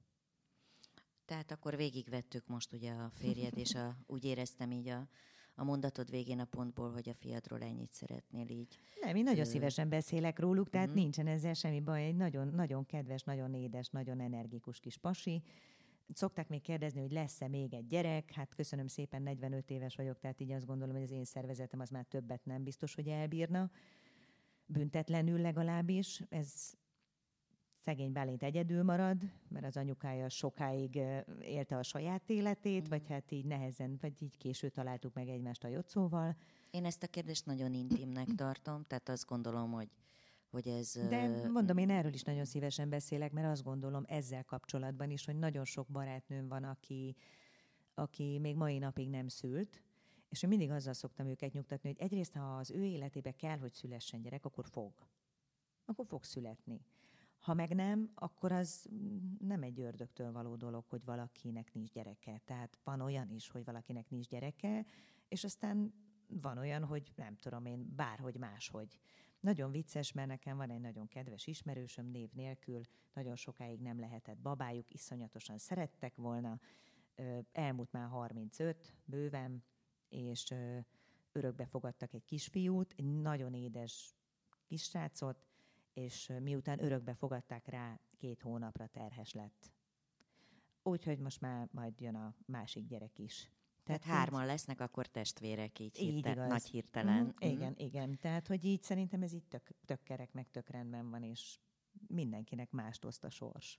Tehát akkor végigvettük most ugye a férjed, és a, úgy éreztem így a, a mondatod végén a pontból, hogy a fiadról ennyit szeretnél így.
Nem, én nagyon ő... szívesen beszélek róluk, tehát mm-hmm. nincsen ezzel semmi baj. Egy nagyon, nagyon kedves, nagyon édes, nagyon energikus kis pasi. Szokták még kérdezni, hogy lesz-e még egy gyerek. Hát köszönöm szépen, negyvenöt éves vagyok, tehát így azt gondolom, hogy az én szervezetem az már többet nem biztos, hogy elbírna. Büntetlenül legalábbis. Ez szegény Bálint egyedül marad, mert az anyukája sokáig élte a saját életét, mm. vagy hát így nehezen, vagy így késő találtuk meg egymást a Jocóval.
Én ezt a kérdést nagyon intimnek tartom, tehát azt gondolom, hogy, hogy ez...
De mondom, én erről is nagyon szívesen beszélek, mert azt gondolom ezzel kapcsolatban is, hogy nagyon sok barátnőm van, aki, aki még mai napig nem szült, és én mindig azzal szoktam őket nyugtatni, hogy egyrészt, ha az ő életébe kell, hogy szülessen gyerek, akkor fog. Akkor fog születni. Ha meg nem, akkor az nem egy ördögtől való dolog, hogy valakinek nincs gyereke. Tehát van olyan is, hogy valakinek nincs gyereke, és aztán van olyan, hogy nem tudom én, bárhogy máshogy. Nagyon vicces, mert nekem van egy nagyon kedves ismerősöm név nélkül, nagyon sokáig nem lehetett babájuk, iszonyatosan szerettek volna, elmúlt már harmincöt, bőven, és örökbe fogadtak egy kisfiút, egy nagyon édes kisrácot, és miután örökbe fogadták rá, két hónapra terhes lett. Úgyhogy most már majd jön a másik gyerek is.
Tehát, Tehát hárman így, lesznek, akkor testvérek, így, így hirtelen, nagy hirtelen.
Mm-hmm. Mm-hmm. Igen, igen. Tehát, hogy így szerintem ez így tök, tök kerek, meg tök rendben van, és mindenkinek mást oszt a sors.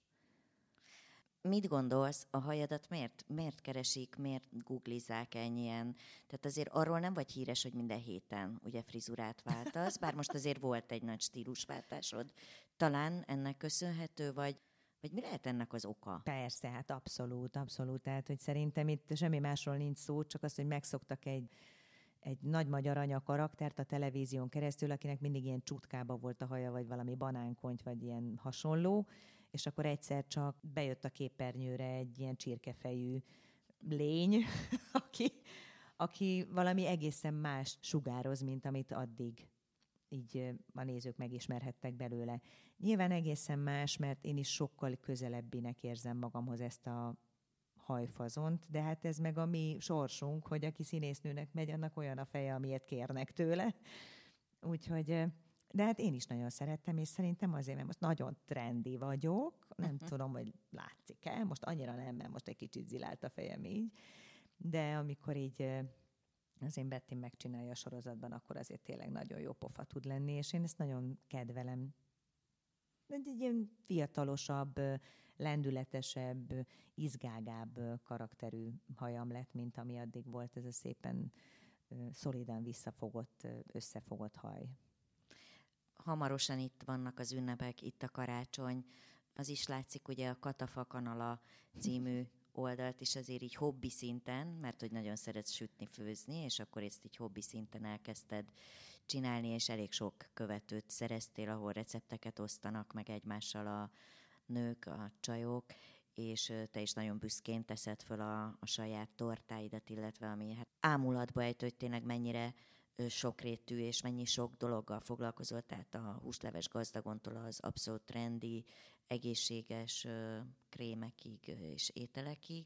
Mit gondolsz, a hajadat miért, miért keresik, miért googlizzák ennyien? Tehát azért arról nem vagy híres, hogy minden héten ugye frizurát váltasz, bár most azért volt egy nagy stílusváltásod. Talán ennek köszönhető, vagy, vagy mi lehet ennek az oka?
Persze, hát abszolút, abszolút. Tehát, hogy szerintem itt semmi másról nincs szó, csak az, hogy megszoktak egy, egy nagy magyar anya karaktert a televízión keresztül, akinek mindig ilyen csutkába volt a haja, vagy valami banánkonty, vagy ilyen hasonló, és akkor egyszer csak bejött a képernyőre egy ilyen csirkefejű lény, aki, aki valami egészen más sugároz, mint amit addig így a nézők megismerhettek belőle. Nyilván egészen más, mert én is sokkal közelebbinek érzem magamhoz ezt a hajfazont, de hát ez meg a mi sorsunk, hogy aki színésznőnek megy, annak olyan a feje, amilyet kérnek tőle. Úgyhogy... De hát én is nagyon szerettem, és szerintem azért, mert most nagyon trendi vagyok, nem uh-huh. tudom, hogy látszik-e, most annyira nem, mert most egy kicsit zilált a fejem így, de amikor így az én Betty megcsinálja a sorozatban, akkor azért tényleg nagyon jó pofa tud lenni, és én ezt nagyon kedvelem. Egy, egy ilyen fiatalosabb, lendületesebb, izgágább karakterű hajam lett, mint ami addig volt, ez a szépen szolidan visszafogott, összefogott haj.
Hamarosan itt vannak az ünnepek, itt a karácsony. Az is látszik, ugye a Katafa Kanala című oldalt is azért így hobbi szinten, mert hogy nagyon szeretsz sütni, főzni, és akkor ezt így hobbi szinten elkezdted csinálni, és elég sok követőt szereztél, ahol recepteket osztanak meg egymással a nők, a csajok, és te is nagyon büszkén teszed föl a, a saját tortáidat, illetve ami hát ámulatba ejt, hogy tényleg mennyire sokrétű, és mennyi sok dologgal foglalkozol, tehát a húsleves gazdagontól az abszolút trendi, egészséges krémekig és ételekig.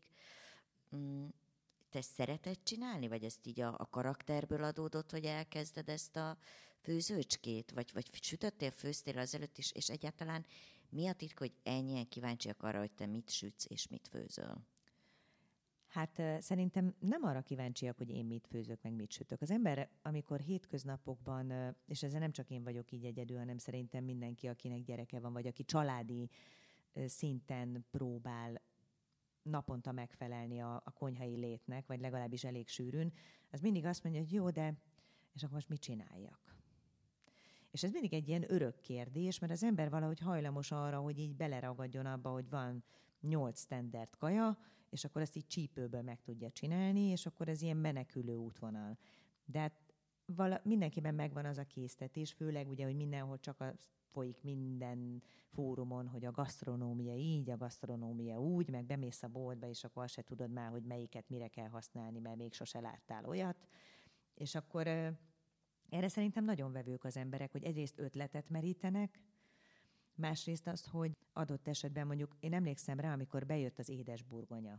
Te szereted csinálni, vagy ezt így a, a karakterből adódott, hogy elkezded ezt a főzőcskét, vagy, vagy sütöttél, főztél azelőtt is, és egyáltalán mi a titka, hogy ennyien kíváncsiak arra, hogy te mit sütsz és mit főzöl?
Hát uh, szerintem nem arra kíváncsiak, hogy én mit főzök, meg mit sütök. Az ember, amikor hétköznapokban, uh, és ezzel nem csak én vagyok így egyedül, hanem szerintem mindenki, akinek gyereke van, vagy aki családi szinten próbál naponta megfelelni a, a konyhai létnek, vagy legalábbis elég sűrűn, az mindig azt mondja, hogy jó, de és akkor most mit csináljak? És ez mindig egy ilyen örök kérdés, mert az ember valahogy hajlamos arra, hogy így beleragadjon abba, hogy van nyolc standard kaja, és akkor ezt így csípőből meg tudja csinálni, és akkor ez ilyen menekülő útvonal. De hát vala, mindenkiben megvan az a késztetés, főleg ugye, hogy mindenhol csak az folyik minden fórumon, hogy a gasztronómia így, a gasztronómia úgy, meg bemész a boltba, és akkor azt se tudod már, hogy melyiket mire kell használni, mert még sose láttál olyat. És akkor erre szerintem nagyon vevők az emberek, hogy egyrészt ötletet merítenek, másrészt azt, hogy adott esetben mondjuk, én emlékszem rá, amikor bejött az édes burgonya.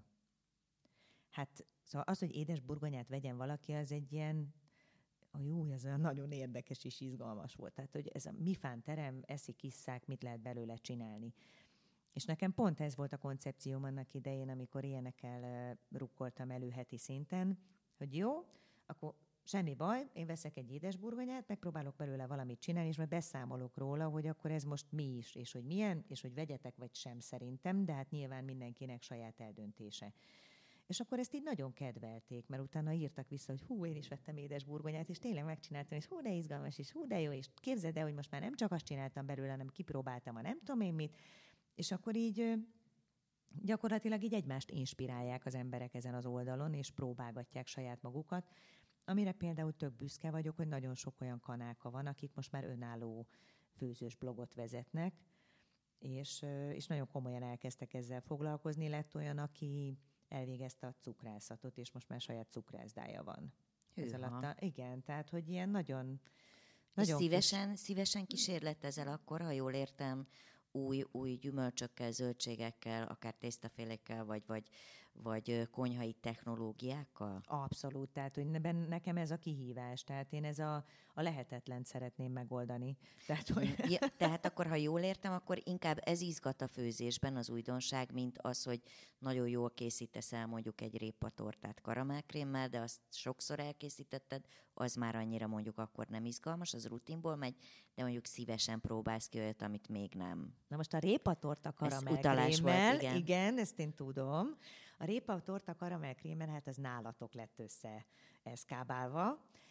Hát szóval az, hogy édes burgonyát vegyen valaki, az egy ilyen, a jó, ez olyan nagyon érdekes és izgalmas volt. Tehát, hogy ez a mifán terem, eszik, isszák, mit lehet belőle csinálni. És nekem pont ez volt a koncepcióm annak idején, amikor ilyenekkel uh, rukkoltam elő heti szinten, hogy jó, akkor semmi baj, én veszek egy édesburgonyát, megpróbálok belőle valamit csinálni, és majd beszámolok róla, hogy akkor ez most mi is, és hogy milyen, és hogy vegyetek vagy sem szerintem, de hát nyilván mindenkinek saját eldöntése. És akkor ezt így nagyon kedvelték, mert utána írtak vissza, hogy hú, én is vettem édesburgonyát, és tényleg megcsináltam, és hú, de izgalmas, és hú, de jó, és képzeld el, hogy most már nem csak azt csináltam belőle, hanem kipróbáltam a nem tudom én mit, és akkor így gyakorlatilag így egymást inspirálják az emberek ezen az oldalon, és próbálgatják saját magukat, amire például tök büszke vagyok, hogy nagyon sok olyan kanáka van, akik most már önálló főzős blogot vezetnek, és, és nagyon komolyan elkezdtek ezzel foglalkozni. Lett olyan, aki elvégezte a cukrászatot, és most már saját cukrászdája van. Ez alatt a, igen, tehát, hogy ilyen nagyon... nagyon
szívesen, kis... szívesen kísérletezel akkor, ha jól értem, új, új gyümölcsökkel, zöldségekkel, akár tésztafélékkel, vagy, vagy, vagy konyhai technológiákkal?
Abszolút, tehát hogy nekem ez a kihívás, tehát én ez a, a lehetetlent szeretném megoldani. Tehát, hogy...
ja, tehát akkor, ha jól értem, akkor inkább ez izgat a főzésben az újdonság, mint az, hogy nagyon jól készítesz el mondjuk egy répatortát karamellkrémmel, de azt sokszor elkészítetted, az már annyira mondjuk akkor nem izgalmas, az rutinból megy, de mondjuk szívesen próbálsz ki olyat, amit még nem.
Na most a répatorta karamellkrémmel, igen. igen, ezt én tudom. A répatorta karamellkrémmel, hát az nálatok lett össze eszkábálva.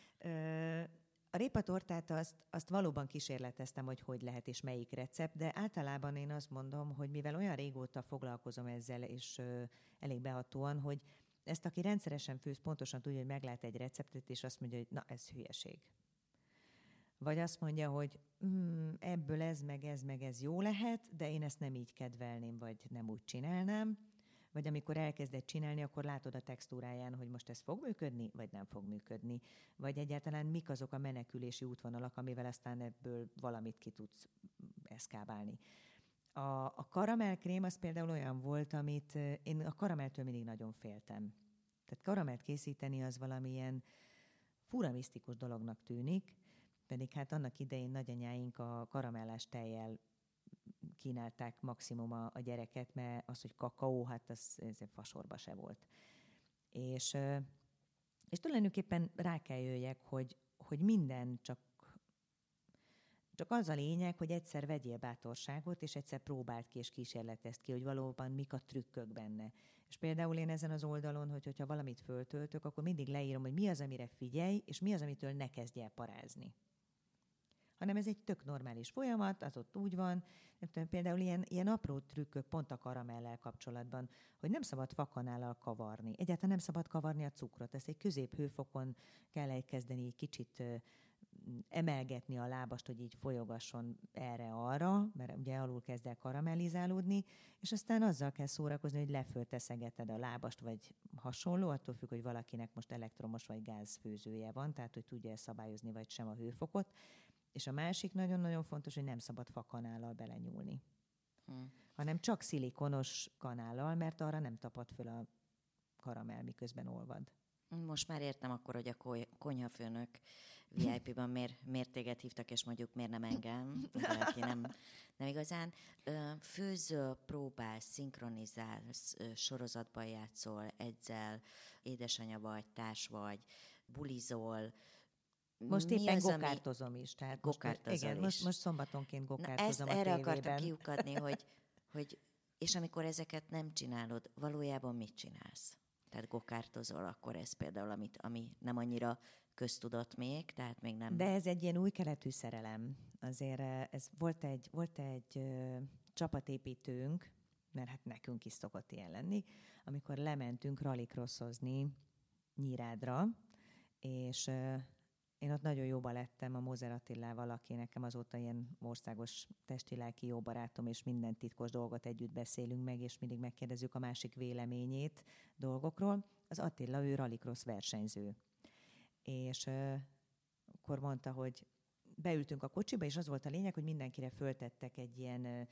A répatortát azt, azt valóban kísérleteztem, hogy hogy lehet és melyik recept, de általában én azt mondom, hogy mivel olyan régóta foglalkozom ezzel, és elég behatóan, hogy ezt, aki rendszeresen főz, pontosan tudja, hogy meglát egy receptet, és azt mondja, hogy na, ez hülyeség. Vagy azt mondja, hogy mm, ebből ez, meg ez, meg ez jó lehet, de én ezt nem így kedvelném, vagy nem úgy csinálnám. Vagy amikor elkezded csinálni, akkor látod a textúráján, hogy most ez fog működni, vagy nem fog működni. Vagy egyáltalán mik azok a menekülési útvonalak, amivel aztán ebből valamit ki tudsz eszkábálni. A, a karamellkrém az például olyan volt, amit én a karamelltől mindig nagyon féltem. Tehát karamellt készíteni az valamilyen fura misztikus dolognak tűnik, pedig hát annak idején nagyanyáink a karamellás tejjel kínálták maximum a, a gyereket, mert az, hogy kakaó, hát az, ez fasorba se volt. És, és tulajdonképpen rá kell jöjjek, hogy, hogy minden csak, csak az a lényeg, hogy egyszer vegyél bátorságot, és egyszer próbáld ki, és kísérletezd ki, hogy valóban mik a trükkök benne. És például én ezen az oldalon, hogy, hogyha valamit föltöltök, akkor mindig leírom, hogy mi az, amire figyelj, és mi az, amitől ne kezdj el parázni. Hanem ez egy tök normális folyamat, az ott úgy van. Nem tudom, például ilyen, ilyen apró trükkök pont a karamellel kapcsolatban, hogy nem szabad fakanállal kavarni. Egyáltalán nem szabad kavarni a cukrot. Ezt egy középhőfokon kell elkezdeni egy kicsit emelgetni a lábast, hogy így folyogasson erre-arra, mert ugye alul kezd el karamellizálódni, és aztán azzal kell szórakozni, hogy lefölteszegeted a lábast, vagy hasonló, attól függ, hogy valakinek most elektromos vagy gázfőzője van, tehát hogy tudja szabályozni vagy sem a hőfokot. És a másik nagyon-nagyon fontos, hogy nem szabad fakanállal belenyúlni, hmm. hanem csak szilikonos kanállal, mert arra nem tapad föl a karamell, miközben olvad.
Most már értem akkor, hogy a konyhafőnök vé i pé-ban miért, miért téged hívtak, és mondjuk miért nem engem, aki nem, nem igazán. Főzöl, próbálsz, szinkronizálsz, sorozatban játszol, edzel, édesanyja vagy, társ vagy, bulizol.
Most éppen az, gokártozom ami... is. Tehát most, igen,
is.
Most, most szombatonként gokártozom
Na,
a
ezt
tévében.
Erre akartam kiukadni, hogy, hogy És amikor ezeket nem csinálod, valójában mit csinálsz? Tehát gokártozol, akkor ez például, amit, ami nem annyira köztudott még, tehát még nem...
De ez egy ilyen új keletű szerelem. Azért ez volt egy, volt egy ö, csapatépítőnk, mert hát nekünk is szokott ilyen lenni, amikor lementünk rallycrossozni Nyírádra, és ö, én ott nagyon jóba lettem a Moser Attilával, aki nekem azóta ilyen országos testi-lelki jó barátom, és minden titkos dolgot együtt beszélünk meg, és mindig megkérdezzük a másik véleményét dolgokról. Az Attila, ő rallycross versenyző. És uh, akkor mondta, hogy beültünk a kocsiba, és az volt a lényeg, hogy mindenkire föltettek egy ilyen, uh,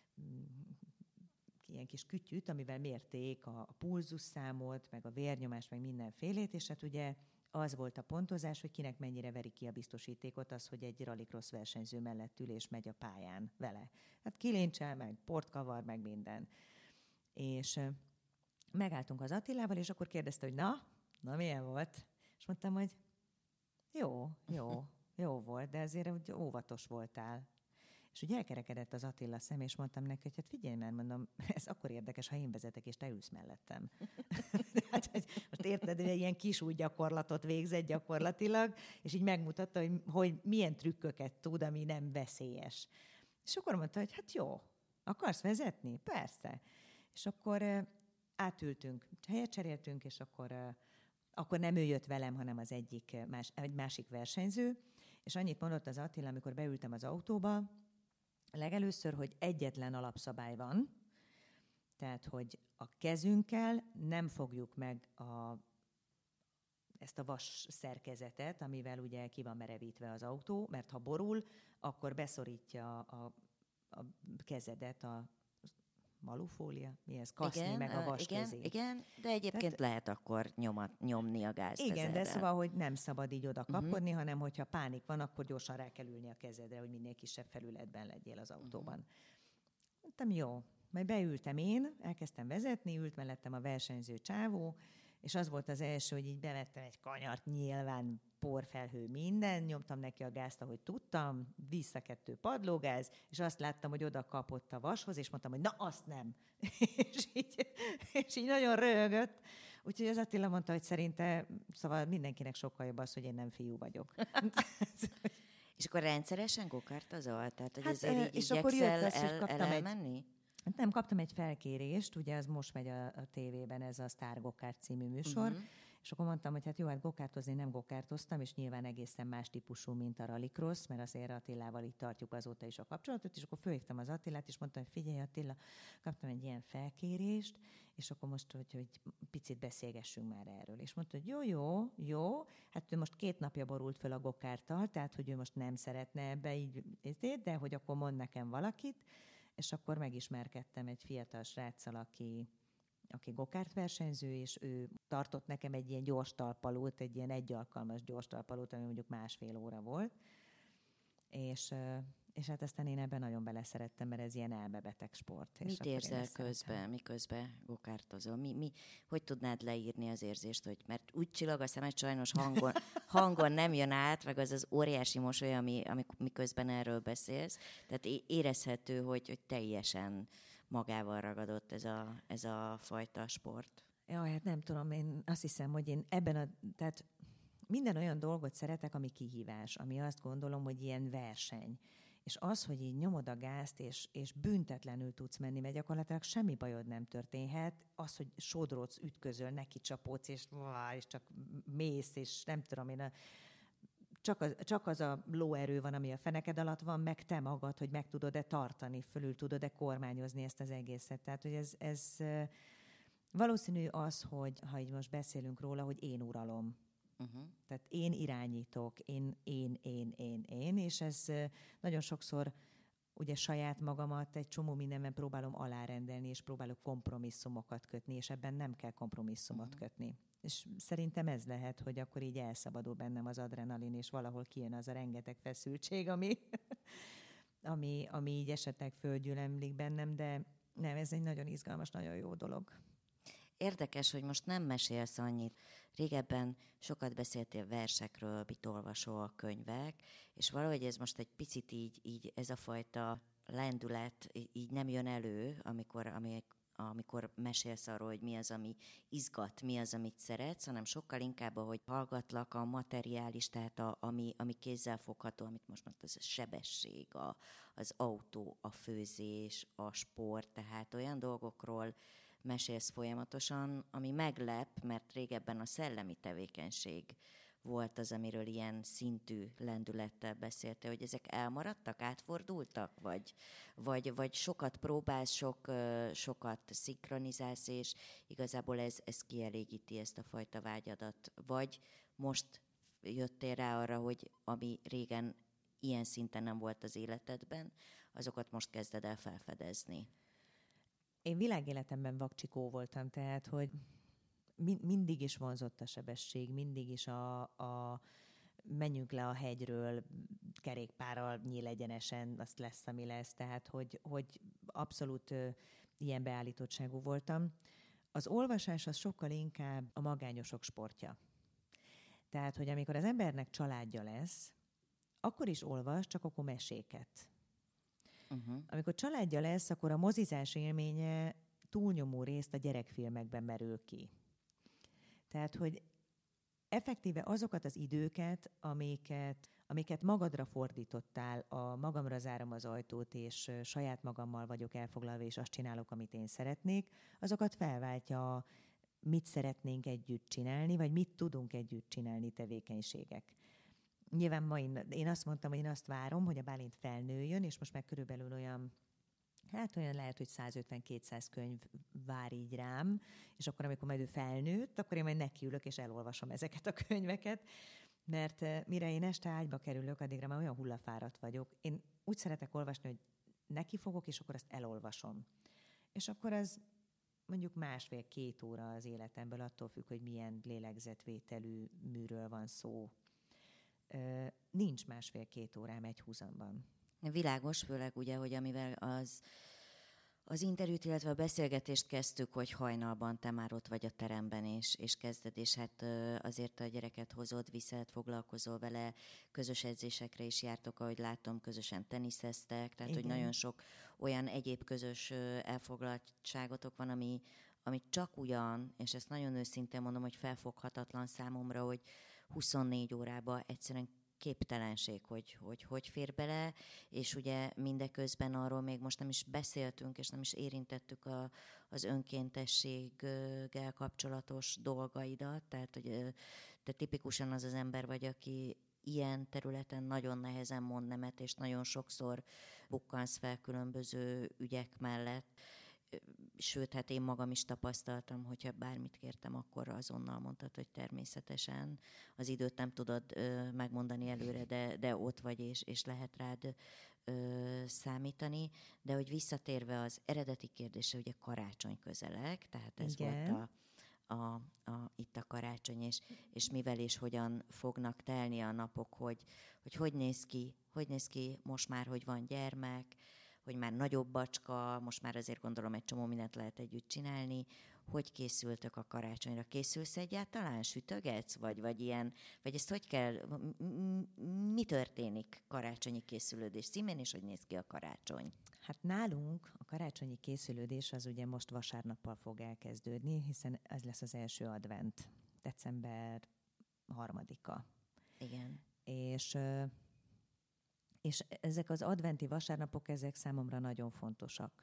ilyen kis kütyűt, amivel mérték a, a pulzusszámot, meg a vérnyomást, meg mindenfélét, és hát ugye az volt a pontozás, hogy kinek mennyire veri ki a biztosítékot, az, hogy egy rallycross versenyző mellett ül és megy a pályán vele. Hát kilincsel, meg port kavar, meg minden. És uh, megálltunk az Attilával, és akkor kérdezte, hogy na, na milyen volt? És mondtam, hogy jó, jó, jó volt, de azért úgy óvatos voltál. És úgy elkerekedett az Attila szem, és mondtam neki, hogy hát figyelj már, mondom, ez akkor érdekes, ha én vezetek, és te ülsz mellettem. hát, most érted, hogy ilyen kis új gyakorlatot végzett gyakorlatilag, és így megmutatta, hogy, hogy milyen trükköket tud, ami nem veszélyes. És akkor mondta, hogy hát jó, akarsz vezetni? Persze. És akkor uh, átültünk, helyet cseréltünk, és akkor... Uh, akkor nem ő jött velem, hanem az egyik, más, egy másik versenyző, és annyit mondott az Attila, amikor beültem az autóba, legelőször, hogy egyetlen alapszabály van, tehát, hogy a kezünkkel nem fogjuk meg a, ezt a vas szerkezetet, amivel ugye ki van merevítve az autó, mert ha borul, akkor beszorítja a, a kezedet a malufólia, mi ez? Kaszni
igen,
meg a vas
igen,
kezét. Igen,
de egyébként Tehát, lehet akkor nyomat, nyomni a gázt.
Igen,
ezerrel.
De szóval, hogy nem szabad így oda kapkodni, uh-huh. hanem hogyha pánik van, akkor gyorsan rá kell ülni a kezedre, hogy minél kisebb felületben legyél az autóban. Uh-huh. Mondtam, jó. Majd beültem én, elkezdtem vezetni, ült mellettem a versenyző csávó, és az volt az első, hogy így bevettem egy kanyart, nyilván porfelhő, minden, nyomtam neki a gázt, ahogy tudtam, vissza kettő padlógáz, és azt láttam, hogy oda kapott a vashoz, és mondtam, hogy na, azt nem. és, így, és így nagyon röhögött. Úgyhogy az Attila mondta, hogy szerinte, szóval mindenkinek sokkal jobb az, hogy én nem fiú vagyok.
És akkor rendszeresen gokártozol? Tehát, hogy
hát,
ezért így
és akkor jött az,
el,
hogy kaptam
elmenni?
Egy, nem, kaptam egy felkérést, ugye az most megy a, a tévében, ez a Star Gokárt című műsor, uh-huh. és akkor mondtam, hogy hát jó, hát gokártozni nem gokártoztam, és nyilván egészen más típusú, mint a rallycross, mert azért Attilával így tartjuk azóta is a kapcsolatot, és akkor fölhívtam az Attilát, és mondtam, hogy figyelj Attila, kaptam egy ilyen felkérést, és akkor most, hogy, hogy picit beszélgessünk már erről. És mondta, hogy jó, jó, jó, hát ő most két napja borult föl a gokárttal, tehát hogy ő most nem szeretne ebbe így, de hogy akkor mond nekem valakit, és akkor megismerkedtem egy fiatal sráccal, aki, aki gokárt versenyző, és ő tartott nekem egy ilyen gyors talpalót, egy ilyen egyalkalmas gyors talpalót, ami mondjuk másfél óra volt. És, és hát aztán én ebben nagyon beleszerettem, mert ez ilyen elmebeteg sport.
Mit érzel közben, miközben gokártozol? Mi, mi, hogy tudnád leírni az érzést, hogy, mert úgy csillag a szemed, sajnos hangon, hangon nem jön át, meg az az óriási mosoly, ami, ami, miközben erről beszélsz. Tehát érezhető, hogy, hogy teljesen magával ragadott ez a, ez a fajta sport.
Jaj, hát nem tudom, én azt hiszem, hogy én ebben a... Tehát minden olyan dolgot szeretek, ami kihívás, ami azt gondolom, hogy ilyen verseny. És az, hogy így nyomod a gázt, és, és büntetlenül tudsz menni, mert gyakorlatilag semmi bajod nem történhet. Az, hogy sodródsz, ütközöl, neki csapódsz, és, és csak mész, és nem tudom én, a, csak, az, csak az a lóerő van, ami a feneked alatt van, meg te magad, hogy meg tudod-e tartani, fölül tudod-e kormányozni ezt az egészet. Tehát, hogy ez, ez valószínű az, hogy ha így most beszélünk róla, hogy én uralom. Uh-huh. Tehát én irányítok, én, én, én, én, én, és ez nagyon sokszor ugye saját magamat egy csomó mindenben próbálom alárendelni, és próbálok kompromisszumokat kötni, és ebben nem kell kompromisszumot uh-huh. kötni. És szerintem ez lehet, hogy akkor így elszabadul bennem az adrenalin, és valahol kijön az a rengeteg feszültség, ami, ami, ami így esetleg földgyűlemlik bennem, de nem, ez egy nagyon izgalmas, nagyon jó dolog.
Érdekes, hogy most nem mesélsz annyit. Régebben sokat beszéltél versekről, mit olvasol, könyvek, és valahogy ez most egy picit így, így ez a fajta lendület így nem jön elő, amikor, amikor amikor mesélsz arról, hogy mi az, ami izgat, mi az, amit szeretsz, hanem sokkal inkább, ahogy hallgatlak, a materiális, tehát a, ami, ami kézzelfogható, amit most mondtad, az a sebesség, a, az autó, a főzés, a sport, tehát olyan dolgokról mesélsz folyamatosan, ami meglep, mert régebben a szellemi tevékenység volt az, amiről ilyen szintű lendülettel beszélte, hogy ezek elmaradtak, átfordultak, vagy, vagy, vagy sokat próbálsz, sok, sokat szinkronizálsz, és igazából ez, ez kielégíti ezt a fajta vágyadat. Vagy most jöttél rá arra, hogy ami régen ilyen szinten nem volt az életedben, azokat most kezded el felfedezni.
Én világéletemben vakcsikó voltam, tehát, hogy mindig is vonzott a sebesség, mindig is a, a menjünk le a hegyről kerékpárral nyíl egyenesen, azt lesz, ami lesz. Tehát, hogy, hogy abszolút ö, ilyen beállítottságú voltam. Az olvasás az sokkal inkább a magányosok sportja. Tehát, hogy amikor az embernek családja lesz, akkor is olvas, csak akkor meséket. Uh-huh. Amikor családja lesz, akkor a mozizás élménye túlnyomó részt a gyerekfilmekben merül ki. Tehát, hogy effektíve azokat az időket, amiket, amiket magadra fordítottál, a magamra zárom az ajtót, és saját magammal vagyok elfoglalva, és azt csinálok, amit én szeretnék, azokat felváltja, mit szeretnénk együtt csinálni, vagy mit tudunk együtt csinálni tevékenységek. Nyilván ma én, én azt mondtam, hogy én azt várom, hogy a Bálint felnőjön, és most meg körülbelül olyan Hát olyan lehet, hogy százötven-kétszáz könyv vár így rám, és akkor, amikor majd ő felnőtt, akkor én majd nekiülök, és elolvasom ezeket a könyveket, mert mire én este ágyba kerülök, addigra már olyan hullafáradt vagyok. Én úgy szeretek olvasni, hogy neki fogok, és akkor azt elolvasom. És akkor az mondjuk másfél-két óra az életemből, attól függ, hogy milyen lélegzetvételű műről van szó. Nincs másfél-két órám egy húzamban.
Világos, főleg ugye, hogy amivel az, az interjút, illetve a beszélgetést kezdtük, hogy hajnalban te már ott vagy a teremben, és, és kezded, és hát azért a gyereket hozod, viszed, foglalkozol vele, közös edzésekre is jártok, ahogy látom, közösen teniszeztek, tehát Igen. hogy nagyon sok olyan egyéb közös elfoglaltságotok van, ami, ami csak ugyan, és ezt nagyon őszintén mondom, hogy felfoghatatlan számomra, hogy huszonnégy órában egyszerűen képtelenség, hogy, hogy hogy fér bele, és ugye mindeközben arról még most nem is beszéltünk, és nem is érintettük a, az önkéntességgel kapcsolatos dolgaidat, tehát hogy te tipikusan az az ember vagy, aki ilyen területen nagyon nehezen mond nemet, és nagyon sokszor bukkansz fel különböző ügyek mellett. Sőt, hát én magam is tapasztaltam, hogyha bármit kértem, akkor azonnal mondtad, hogy természetesen. Az időt nem tudod ö, megmondani előre, de, de ott vagy, és, és lehet rád ö, számítani. De hogy visszatérve az eredeti kérdése, ugye karácsony közeleg, tehát ez Igen. volt a, a, a, itt a karácsony, és, és mivel és hogyan fognak telni a napok, hogy hogy, hogy néz ki, hogy néz ki most már, hogy van gyermek, hogy már nagyobb bacska, most már azért gondolom egy csomó mindent lehet együtt csinálni. Hogy készültök a karácsonyra? Készülsz egyáltalán? Sütögetsz? Vagy, vagy ilyen, vagy ezt hogy kell, mi történik karácsonyi készülődés címén, és hogy néz ki a karácsony?
Hát nálunk a karácsonyi készülődés az ugye most vasárnappal fog elkezdődni, hiszen ez lesz az első advent, december harmadika.
Igen.
És... És ezek az adventi vasárnapok, ezek számomra nagyon fontosak.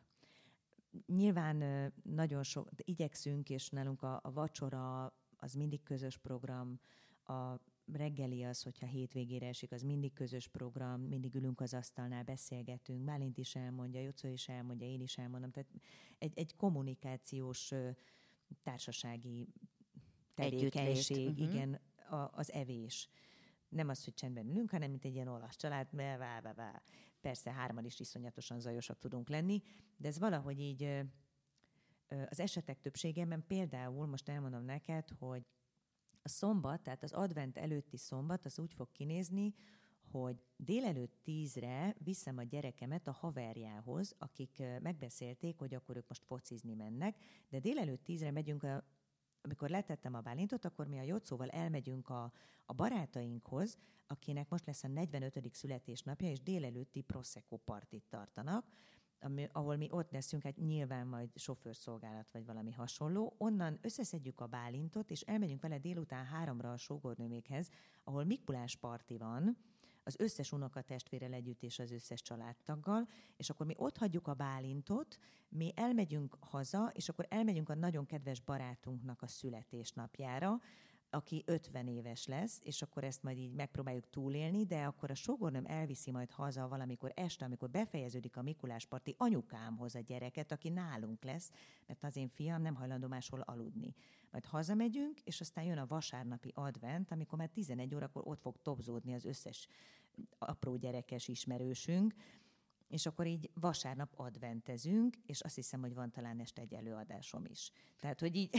Nyilván nagyon sok, igyekszünk, és nálunk a, a vacsora az mindig közös program, a reggeli az, hogyha hétvégére esik, az mindig közös program, mindig ülünk az asztalnál, beszélgetünk, Bálint is elmondja, Jocó is elmondja, én is elmondom. Tehát egy, egy kommunikációs társasági tevékenység, uh-huh. igen, a, az evés. Nem az, hogy csendben ülünk, hanem mint egy ilyen olasz család, vá, vá, vá. Persze hárman is iszonyatosan zajosak tudunk lenni, de ez valahogy így az esetek többségében például, most elmondom neked, hogy a szombat, tehát az advent előtti szombat, az úgy fog kinézni, hogy délelőtt tízre viszem a gyerekemet a haverjához, akik megbeszélték, hogy akkor ők most focizni mennek, de délelőtt tízre megyünk a amikor letettem a bálintot, akkor mi a Jocóval elmegyünk a, a barátainkhoz, akinek most lesz a negyvenötödik születésnapja, és délelőtti Prosecco partit tartanak, ami, ahol mi ott leszünk, hát nyilván majd sofőrszolgálat vagy valami hasonló. Onnan összeszedjük a bálintot, és elmegyünk vele délután háromra a sógornőmékhez, ahol Mikulás parti van, az összes unokatestvérrel együtt és az összes családtaggal, és akkor mi ott hagyjuk a bálintot, mi elmegyünk haza, és akkor elmegyünk a nagyon kedves barátunknak a születésnapjára, aki ötven éves lesz, és akkor ezt majd így megpróbáljuk túlélni, de akkor a sógornőm elviszi majd haza valamikor este, amikor befejeződik a Mikulás parti, anyukámhoz a gyereket, aki nálunk lesz, mert az én fiam nem hajlandó máshol aludni. Majd hazamegyünk, és aztán jön a vasárnapi advent, amikor már tizenegy órakor ott fog tobzódni az összes apró gyerekes ismerősünk, és akkor így vasárnap adventezünk, és azt hiszem, hogy van talán este egy előadásom is. Tehát, hogy így...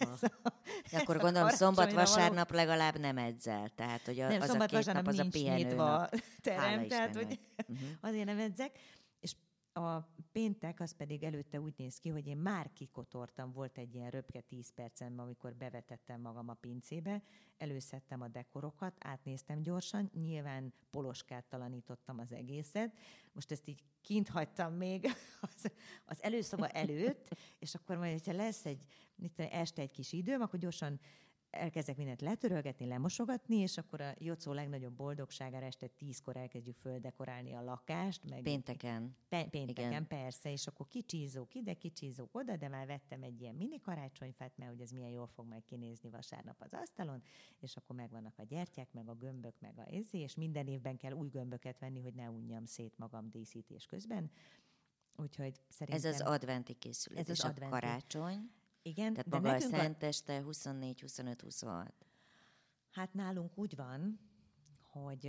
De akkor gondolom, szombat-vasárnap legalább nem edzel. Tehát, hogy a,
nem,
az
szombat,
a két nap az a pihenőnap.
Terem, tehát, hogy
uh-huh.
azért nem edzek. És a péntek az pedig előtte úgy néz ki, hogy én már kikotortam, volt egy ilyen röpke tíz percem, amikor bevetettem magam a pincébe, előszedtem a dekorokat, átnéztem gyorsan, nyilván poloskáttalanítottam az egészet. Most ezt így kint hagytam még az, az előszoba előtt, és akkor majd, hogyha lesz egy mit, este egy kis időm, akkor gyorsan elkezdek mindent letörölgetni, lemosogatni, és akkor a Jocó legnagyobb boldogságára este tízkor elkezdjük földekorálni a lakást. Meg
pénteken.
Pe- pénteken,
igen.
Persze, és akkor kicsízók ide, kicsízók oda, de már vettem egy ilyen mini karácsonyfát, mert hogy ez milyen jól fog majd kinézni vasárnap az asztalon, és akkor megvannak a gyertyák, meg a gömbök, meg a ezé, és minden évben kell új gömböket venni, hogy ne unjam szét magam díszítés közben. Úgyhogy szerintem...
Ez az adventi készület, ez az adventi. A karácsony.
Igen,
tehát
de
maga a
nekünk
szenteste huszonnégy, huszonöt, huszonhat.
Hát nálunk úgy van, hogy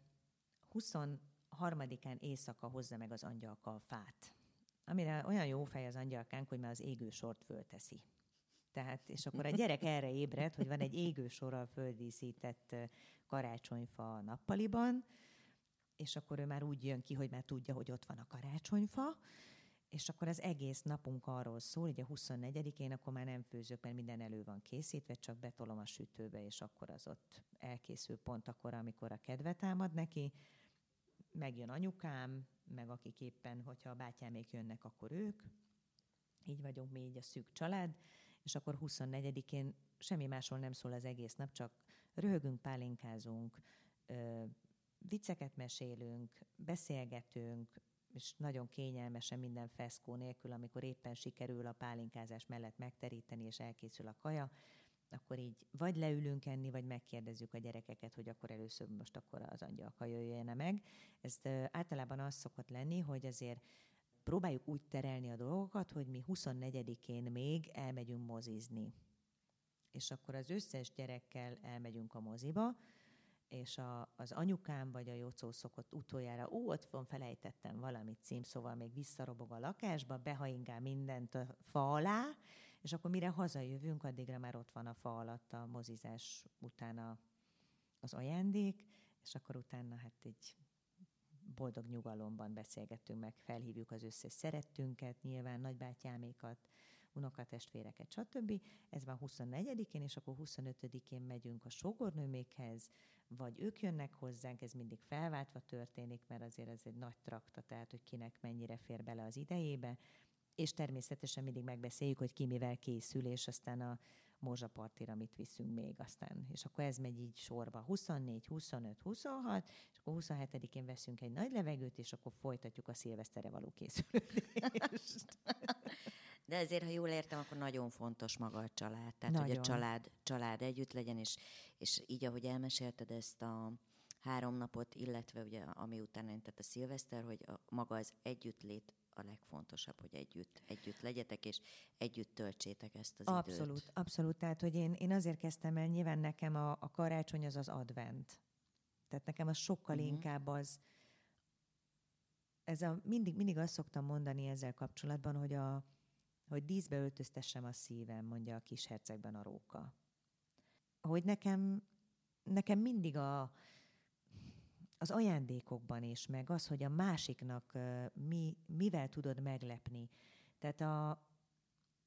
huszonharmadikán éjszaka hozza meg az angyalka a fát. Amire olyan jó fej az angyalkánk, hogy már az égősort fölteszi. Tehát, és akkor a gyerek erre ébred, hogy van egy égősorral földíszített karácsonyfa a nappaliban, és akkor ő már úgy jön ki, hogy már tudja, hogy ott van a karácsonyfa, és akkor az egész napunk arról szól, ugye huszonnegyedikén, akkor már nem főzök, mert minden elő van készítve, csak betolom a sütőbe, és akkor az ott elkészül pont akkor, amikor a kedve támad neki. Megjön anyukám, meg akik éppen, hogyha a bátyámék jönnek, akkor ők. Így vagyunk mi így a szűk család, és akkor huszonnegyedikén semmi másról nem szól az egész nap, csak röhögünk, pálinkázunk, vicceket mesélünk, beszélgetünk, és nagyon kényelmesen minden feszkó nélkül, amikor éppen sikerül a pálinkázás mellett megteríteni, és elkészül a kaja, akkor így vagy leülünk enni, vagy megkérdezzük a gyerekeket, hogy akkor először most akkor az angyalka jöjjön meg. Ez általában az szokott lenni, hogy azért próbáljuk úgy terelni a dolgokat, hogy mi huszonnegyedikén még elmegyünk mozizni. És akkor az összes gyerekkel elmegyünk a moziba, és a, az anyukám vagy a Jocó szokott utoljára, ó, ott van, felejtettem valamit cím, szóval még visszarobog a lakásba, behaingál mindent a fa alá, és akkor mire hazajövünk, addigra már ott van a fa alatt a mozizás után az ajándék, és akkor utána hát egy boldog nyugalomban beszélgettünk meg, felhívjuk az összes szerettünket, nyilván nagybátyámékat, unokatestvéreket, stb. Ez van huszonnegyedikén, és akkor huszonötödikén megyünk a sógornőmékhez, vagy ők jönnek hozzánk, ez mindig felváltva történik, mert azért ez egy nagy trakta, tehát hogy kinek mennyire fér bele az idejébe, és természetesen mindig megbeszéljük, hogy ki mivel készül, és aztán a morzsapartira mit viszünk még aztán. És akkor ez megy így sorba. huszonnégy, huszonöt, huszonhat, és akkor huszonhetedikén veszünk egy nagy levegőt, és akkor folytatjuk a szilveszterre való készülődést.
De ezért, ha jól értem, akkor nagyon fontos maga a család. Tehát,
nagyon.
hogy a család, család együtt legyen, és, és így, ahogy elmesélted ezt a három napot, illetve ugye, ami után tehát a szilveszter, hogy a, maga az együttlét a legfontosabb, hogy együtt, együtt legyetek, és együtt töltsétek ezt az
abszolút,
időt.
Abszolút, tehát, hogy én, én azért kezdtem el, nyilván nekem a, a karácsony az az advent. Tehát nekem az sokkal uh-huh. inkább az, ez a, mindig, mindig azt szoktam mondani ezzel kapcsolatban, hogy a hogy díszbe öltöztessem a szívem, mondja a kis hercegben a róka. Hogy nekem, nekem mindig a, az ajándékokban is, meg az, hogy a másiknak mi, mivel tudod meglepni. Tehát a,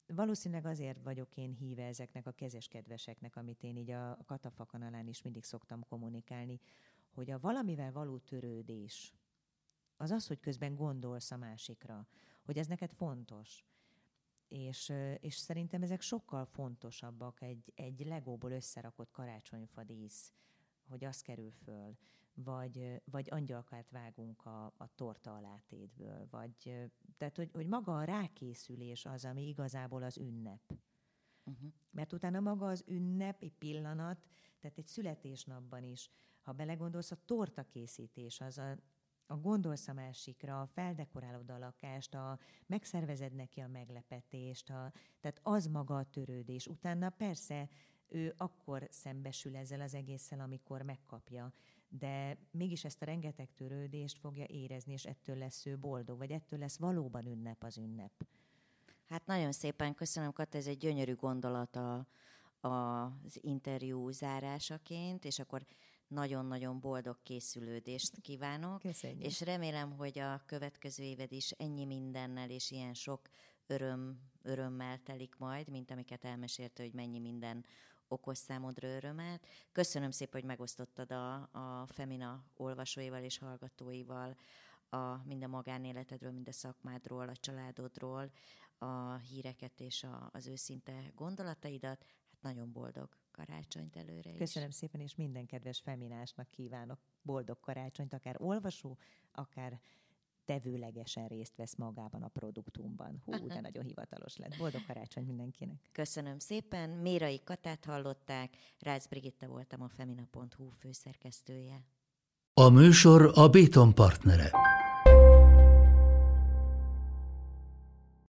valószínűleg azért vagyok én híve ezeknek a kezeskedveseknek, amit én így a Katafa kanalán is mindig szoktam kommunikálni, hogy a valamivel való törődés, az az, hogy közben gondolsz a másikra, hogy ez neked fontos. És, és szerintem ezek sokkal fontosabbak egy, egy legóból összerakott karácsonyfadísz, hogy az kerül föl, vagy, vagy angyalkát vágunk a, a torta alátétből, vagy, tehát hogy, hogy maga a rákészülés az, ami igazából az ünnep. Uh-huh. Mert utána maga az ünnepi pillanat, tehát egy születésnapban is, ha belegondolsz, a tortakészítés az a a gondolsz a másikra, feldekorálod a lakást, a, megszervezed neki a meglepetést, a, tehát az maga a törődés. Utána persze ő akkor szembesül ezzel az egésszel, amikor megkapja, de mégis ezt a rengeteg törődést fogja érezni, és ettől lesz ő boldog, vagy ettől lesz valóban ünnep az ünnep.
Hát nagyon szépen köszönöm, Kata, ez egy gyönyörű gondolat a, a, az interjú zárásaként, és akkor nagyon-nagyon boldog készülődést kívánok.
Köszönjük.
És remélem, hogy a következő éved is ennyi mindennel és ilyen sok öröm, örömmel telik majd, mint amiket elmesélte, hogy mennyi minden okoz számodra örömet. Köszönöm szépen, hogy megosztottad a, a Femina olvasóival és hallgatóival a, mind a magánéletedről, mind a szakmádról, a családodról, a híreket és a, az őszinte gondolataidat. Hát nagyon boldog karácsonyt előre is.
Köszönöm szépen, és minden kedves feminásnak kívánok boldog karácsonyt, akár olvasó, akár tevőlegesen részt vesz magában a produktumban. Hú, de nagyon hivatalos lett. Boldog karácsony mindenkinek.
Köszönöm szépen. Mérai Katát hallották, Rácz Brigitta voltam, a femina pont hu főszerkesztője.
A műsor a Béton partnere.